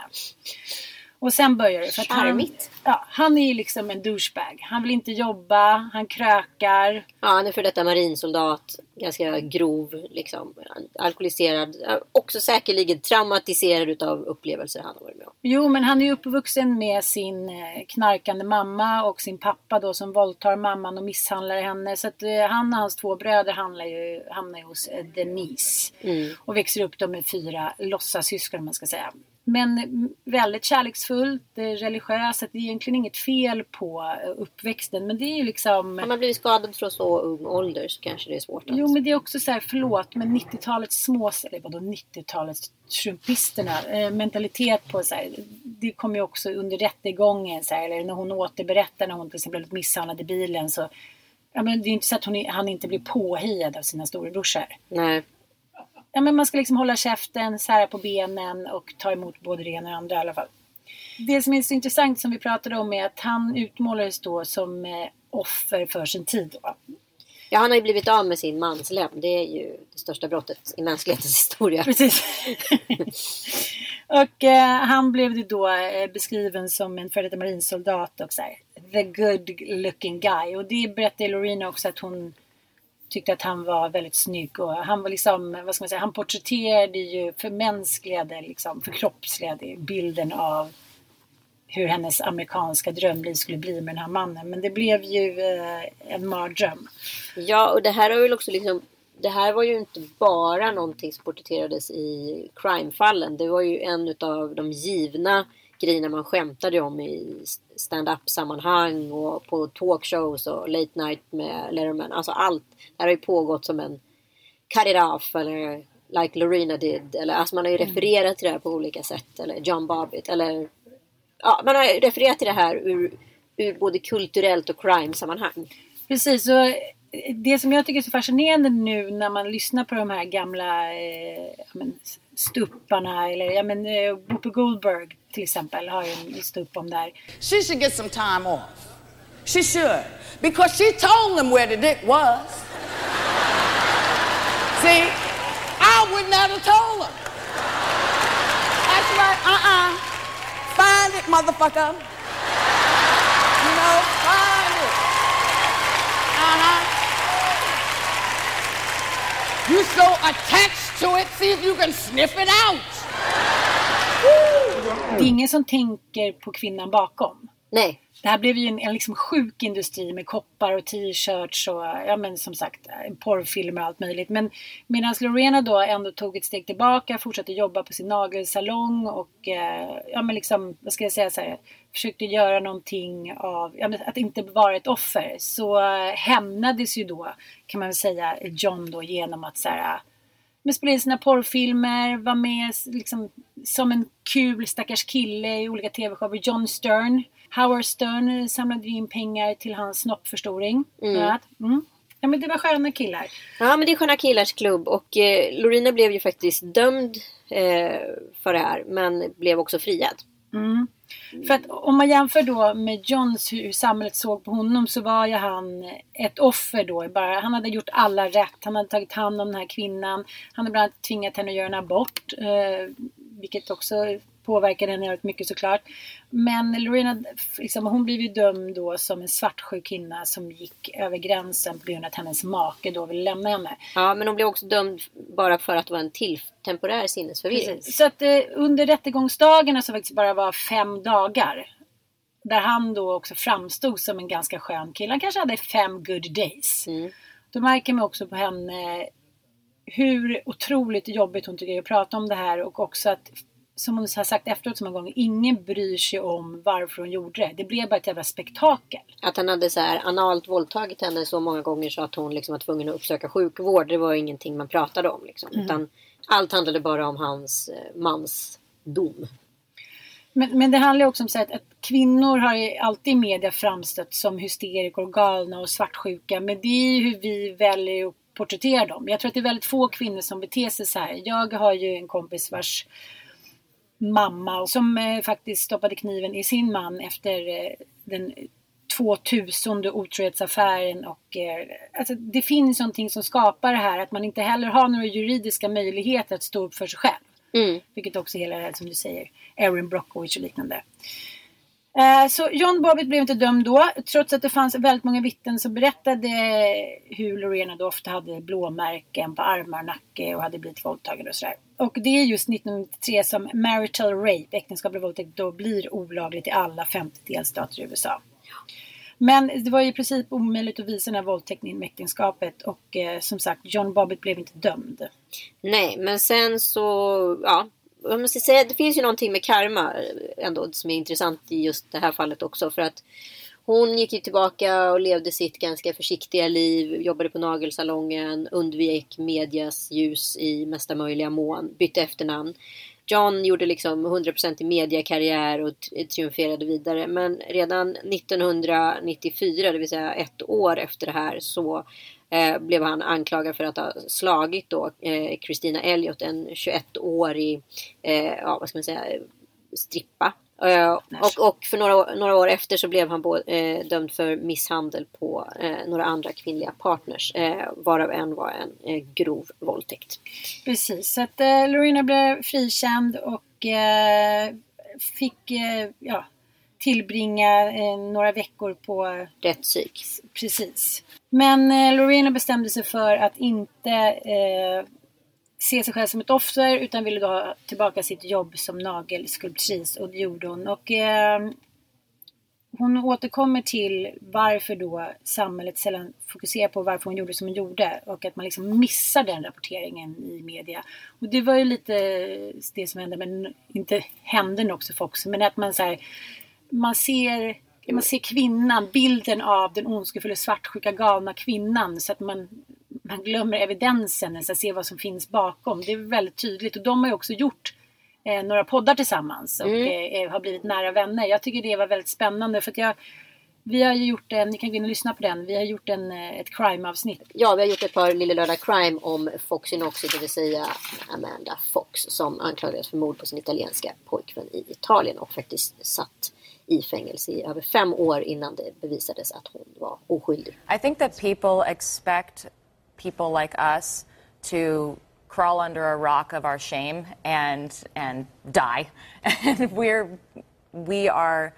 Och sen börjar det. För att han, ja, han är ju liksom en douchebag. Han vill inte jobba, han krökar. Ja, han är för detta marinsoldat. Ganska grov, liksom. Alkoholiserad. Också säkerligen traumatiserad utav upplevelser han har varit med om. Jo, men han är ju uppvuxen med sin knarkande mamma och sin pappa då som våldtar mamman och misshandlar henne. Så att han och hans två bröder hamnar ju, hamnar ju hos Denise. Mm. Och växer upp då med fyra låtsasyskon, om man ska säga. Men väldigt kärleksfullt, religiöst. Det är egentligen inget fel på uppväxten. Men det är ju liksom... Om man blir skadad från så ung ålder så kanske det är svårt. Att... Jo, men det är också så här, förlåt, men nittiotalets små, eller vadå nittiotalets trumpisterna, eh, mentalitet på så här, det kommer ju också under rättegången så här, eller när hon återberättar när hon till exempel blev misshandlad i bilen så, ja men det är inte så att hon, han inte blir påhejad av sina storebrorsor. Nej. Ja, men man ska liksom hålla käften, sära på benen och ta emot både det ena och det andra i alla fall. Det som är så intressant som vi pratade om är att han utmålades då som eh, offer för sin tid då. Ja, han har ju blivit av med sin manslem. Det är ju det största brottet i mänsklighetens historia. Precis. och eh, han blev det då eh, beskriven som en före detta marinsoldat och så här, the good looking guy. Och det berättade Lorena också att hon tyckte att han var väldigt snygg och han var liksom, vad ska man säga, han porträtterade ju förmänskligade, liksom förkroppsligade bilden av hur hennes amerikanska drömliv skulle bli med den här mannen. Men det blev ju eh, en mardröm. Ja, och det här har ju också liksom, det här var ju inte bara någonting som porträtterades i crime-fallen. Det var ju en av de givna grejerna man skämtade om i stand-up-sammanhang och på talkshows och late night med Letterman. Alltså allt. Det här har ju pågått som en cut it off eller like Lorena did. Eller, alltså man har ju refererat till det här på olika sätt. Eller John Bobbitt. Eller, ja, man har refererat till det här ur, ur både kulturellt och crime-sammanhang. Precis, och det som jag tycker är så fascinerande nu när man lyssnar på de här gamla eh, men, stupparna eller ja men eh, Whoopi Goldberg till exempel har ju en stupp om där. She should get some time off. She should. Because she told them where the dick was. See, I would not have told them. That's right, uh-uh. Find it, motherfucker. You know, find it. Uh-huh. You so attached to it, see if you can sniff it out. Det är ingen som tänker på kvinnan bakom. Nej. Det här blev ju en, en liksom sjuk industri med koppar och t-shirts och ja men som sagt porrfilmer och allt möjligt. Men medan Lorena då ändå tog ett steg tillbaka, fortsatte jobba på sin nagelsalong och eh, ja men liksom, vad ska jag säga så här, försökte göra någonting av, ja men att inte vara ett offer. Så eh, hämnades ju då kan man väl säga John då genom att så här, med spela in sina porrfilmer, var med liksom, som en kul stackars kille i olika tv-shower. John Stern, Howard Stern samlade in pengar till hans snoppförstoring. Mm. Mm. Ja, men det var sköna killar. Ja, men det är sköna killars klubb. Och eh, Lorena blev ju faktiskt dömd eh, för det här, men blev också friad. Mm. För att om man jämför då med Johns hur samhället såg på honom så var ju han ett offer då. Bara, han hade gjort alla rätt. Han hade tagit hand om den här kvinnan. Han hade bland annat tvingat henne att göra en abort. Eh, vilket också påverkade henne väldigt mycket såklart. Men Lorena, liksom, hon blev ju dömd då som en svartsjuk kvinna som gick över gränsen på grund av att hennes make då ville lämna henne. Ja, men hon blev också dömd bara för att det var en till temporär sinnesförvirring. Precis. Så att eh, under rättegångsdagarna så faktiskt bara var fem dagar. Där han då också framstod som en ganska skön kille. Han kanske hade fem good days. Mm. Då märker man också på henne hur otroligt jobbigt hon tycker att prata om det här. Och också att, som hon har sagt efteråt så många gånger, ingen bryr sig om varför hon gjorde det. Det blev bara ett jävla spektakel. Att han hade så här analt våldtagit henne så många gånger så att hon liksom var tvungen att uppsöka sjukvård. Det var ingenting man pratade om liksom. Mm. Utan allt handlade bara om hans eh, mans dom. Men, men det handlar också om så att, att kvinnor har ju alltid i media framstått som hysterikor, galna och svartsjuka. Men det är ju hur vi väljer att porträttera dem. Jag tror att det är väldigt få kvinnor som beter sig så här. Jag har ju en kompis vars mamma och som eh, faktiskt stoppade kniven i sin man efter eh, den tvåtusende otrohetsaffären och eh, alltså det finns någonting som skapar det här att man inte heller har några juridiska möjligheter att stå upp för sig själv. Mm. Vilket också hela det här som du säger, Erin Brockovich och liknande. Eh, så John Bobbitt blev inte dömd då, trots att det fanns väldigt många vittnen som berättade hur Lorena då ofta hade blåmärken på armar och nacke och hade blivit våldtagen och sådär. Och det är just nittonhundranittiotre som marital rape, äktenskaplig våldtäkt, då blir olagligt i alla femtio delstater i U S A. Men det var ju i princip omöjligt att visa den här våldtäkten inom äktenskapet och eh, som sagt, John Bobbitt blev inte dömd. Nej, men sen så, ja, jag måste säga, det finns ju någonting med karma ändå som är intressant i just det här fallet också. För att hon gick ju tillbaka och levde sitt ganska försiktiga liv, jobbade på nagelsalongen, undvek medias ljus i mesta möjliga mån, bytte efternamn. John gjorde liksom hundra procent i mediekarriär och triumferade vidare. Men redan nittonhundranittiofyra, det vill säga ett år efter det här, så eh, blev han anklagad för att ha slagit då eh, Christina Elliott, en tjugoett-årig eh, ja, vad ska man säga, strippa. Uh, och, och för några, några år efter så blev han bo, eh, dömd för misshandel på eh, några andra kvinnliga partners, eh, varav en var en eh, grov våldtäkt. Precis, så att eh, Lorena blev frikänd och eh, fick eh, ja, tillbringa eh, några veckor på rättspsyk. Precis. Men eh, Lorena bestämde sig för att inte eh, se sig själv som ett offer, utan ville då ha tillbaka sitt jobb som nagelskulptris, och det gjorde hon. Och eh, hon återkommer till varför då samhället sällan fokuserar på varför hon gjorde som hon gjorde, och att man liksom missar den rapporteringen i media. Och det var ju lite det som hände, men inte hände nog också för också, men att man så här, man ser man ser kvinnan, bilden av den ondskefulla svartsjuka galna kvinnan, så att man man glömmer evidensen, alltså att se vad som finns bakom. Det är väldigt tydligt, och de har ju också gjort eh, några poddar tillsammans och mm. eh, har blivit nära vänner. Jag tycker det var väldigt spännande, för att jag, vi har ju gjort en, ni kan gå in och lyssna på den, vi har gjort en, ett crime-avsnitt. Ja, vi har gjort ett par Lille Lördag Crime om Foxy Knoxy, det vill säga Amanda Fox, som anklagades för mord på sin italienska pojkvän i Italien och faktiskt satt i fängelse i över fem år innan det bevisades att hon var oskyldig. I think that people expect people like us to crawl under a rock of our shame and and die. And we're we are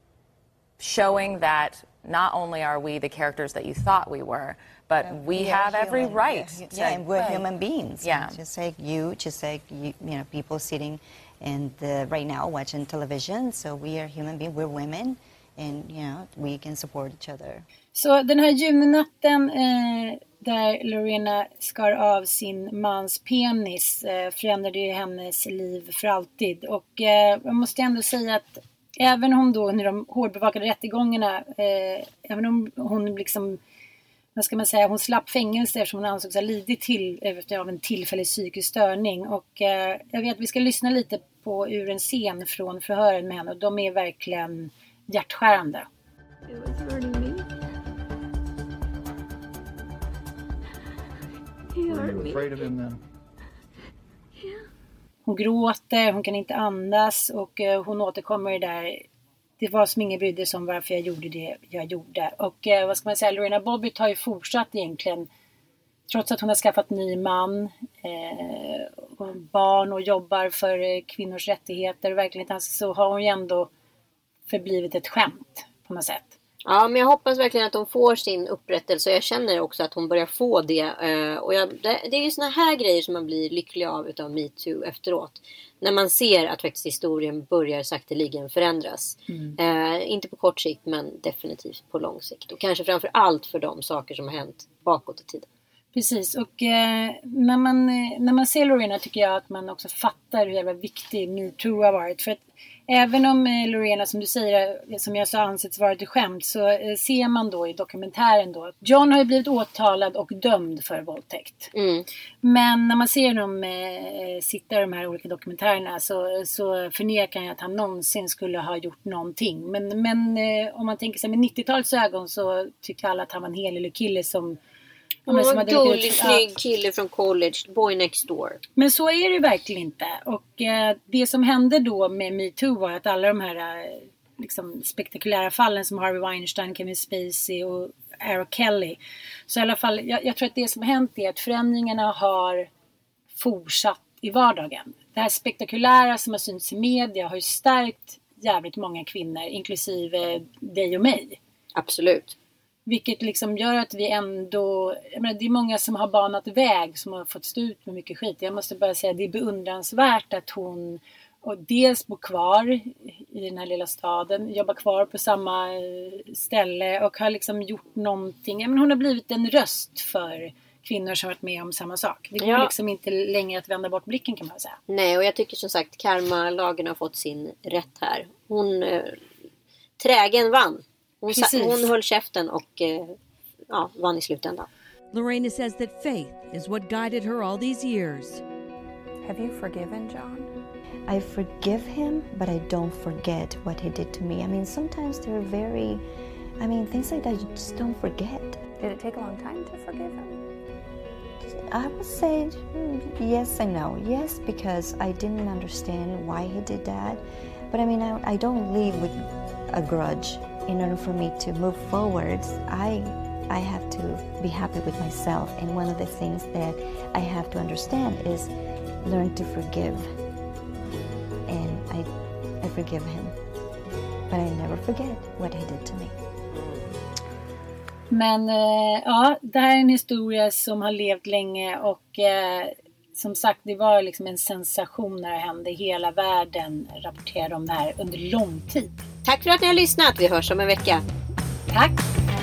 showing that not only are we the characters that you thought we were, but yeah, we, we have every human, right. Yeah, yeah, and we're right. human beings. Yeah. Just like you, just like you, you know, people sitting and right now watching television. So we are human beings. We're women, and you know we can support each other. Så den här juninatten eh, där Lorena skar av sin mans penis eh, förändrade ju hennes liv för alltid. Och eh, jag måste ändå säga att även om då under de hårdbevakade rättegångarna, eh, även om hon liksom, vad ska man säga, hon slapp fängelse eftersom hon ansågs ha lidit till efter av en tillfällig psykisk störning. Och eh, jag vet att vi ska lyssna lite på ur en scen från förhören med henne, och de är verkligen hjärtskärande. It was hurting me. Were you afraid of him then? Hon gråter, hon kan inte andas, och uh, hon återkommer där. Det var som ingen brydde sig om varför jag gjorde det jag gjorde. Och uh, vad ska man säga, Lorena Bobbitt har ju fortsatt egentligen, trots att hon har skaffat ny man, eh, och barn och jobbar för eh, kvinnors rättigheter och verkligen, så har hon ju ändå förblivit ett skämt på något sätt. Ja, men jag hoppas verkligen att hon får sin upprättelse, och jag känner också att hon börjar få det. Och jag, det, det är ju såna här grejer som man blir lycklig av utav MeToo efteråt. När man ser att faktiskt historien börjar sakteligen förändras. Mm. Eh, inte på kort sikt, men definitivt på lång sikt. Och kanske framför allt för de saker som har hänt bakåt i tiden. Precis, och eh, när, man, när man ser Lorena tycker jag att man också fattar hur jävla viktig MeToo har varit. För att även om eh, Lorena, som du säger, som jag sa, ansetts vara ett skämt, så eh, ser man då i dokumentären då, John har ju blivit åtalad och dömd för våldtäkt. Mm. Men när man ser dem eh, sitta i de här olika dokumentärerna, så, så förnekar jag att han någonsin skulle ha gjort någonting. Men, men eh, om man tänker sig med nittiotalets ögon, så tycker alla att han var en helig kille som... Han var en gullig, snygg kille från college, boy next door. Men så är det verkligen inte. Och eh, det som hände då med MeToo var att alla de här eh, liksom, spektakulära fallen som Harvey Weinstein, Kevin Spacey och R. Kelly. Så i alla fall, jag, jag tror att det som hänt är att förändringarna har fortsatt i vardagen. Det här spektakulära som har synts i media har ju stärkt jävligt många kvinnor, inklusive dig och mig. Absolut. Vilket liksom gör att vi ändå... Jag menar, det är många som har banat väg, som har fått stå ut med mycket skit. Jag måste bara säga att det är beundransvärt att hon och dels bor kvar i den här lilla staden. Jobbar kvar på samma ställe och har liksom gjort någonting. Jag menar, hon har blivit en röst för kvinnor som varit med om samma sak. Det går Ja. liksom inte längre att vända bort blicken, kan man säga. Nej, och jag tycker som sagt karma-lagen har fått sin rätt här. Hon eh, trägen vann. Hon, sa, Precis. hon höll käften och eh, ja, vann i slutändan. Lorena says that faith is what guided her all these years. Have you forgiven John? I forgive him, but I don't forget what he did to me. I mean, sometimes they're very, I mean, things like that you just don't forget. Did it take a long time to forgive him? I would say mm, yes and no. Yes, because I didn't understand why he did that. But I mean, I, I don't leave with a grudge. In order for me to move forward, I, I have to be happy with myself. And one of the things that I have to understand is learn to forgive. And I, I forgive him. But I never forget what he did to me. Men eh, ja, det här är en historia som har levt länge och eh, som sagt, det var liksom en sensation när det hände. Hela världen rapporterade om det här under lång tid. Tack för att ni har lyssnat. Vi hörs om en vecka. Tack!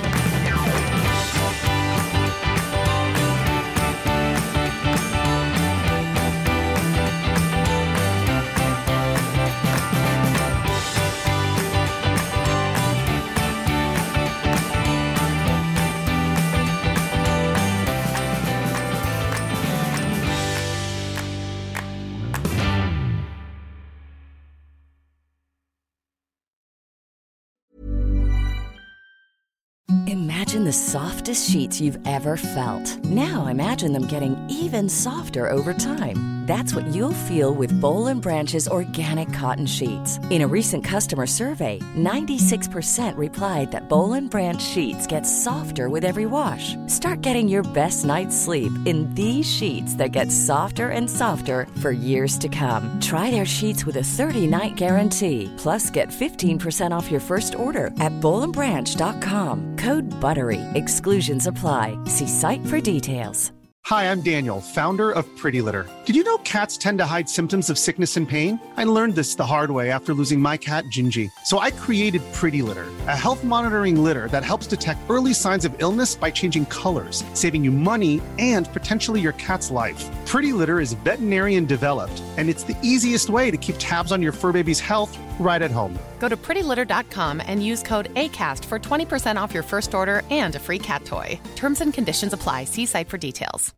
Imagine the softest sheets you've ever felt. Now imagine them getting even softer over time. That's what you'll feel with Boll and Branch's organic cotton sheets. In a recent customer survey, ninety-six percent replied that Boll and Branch sheets get softer with every wash. Start getting your best night's sleep in these sheets that get softer and softer for years to come. Try their sheets with a thirty-night guarantee. Plus, get fifteen percent off your first order at boll and branch dot com. Code BUTTERY. Exclusions apply. See site for details. Hi, I'm Daniel, founder of Pretty Litter. Did you know cats tend to hide symptoms of sickness and pain? I learned this the hard way after losing my cat, Gingy. So I created Pretty Litter, a health monitoring litter that helps detect early signs of illness by changing colors, saving you money and potentially your cat's life. Pretty Litter is veterinarian developed, and it's the easiest way to keep tabs on your fur baby's health right at home. Go to pretty litter dot com and use code ACAST for twenty percent off your first order and a free cat toy. Terms and conditions apply. See site for details.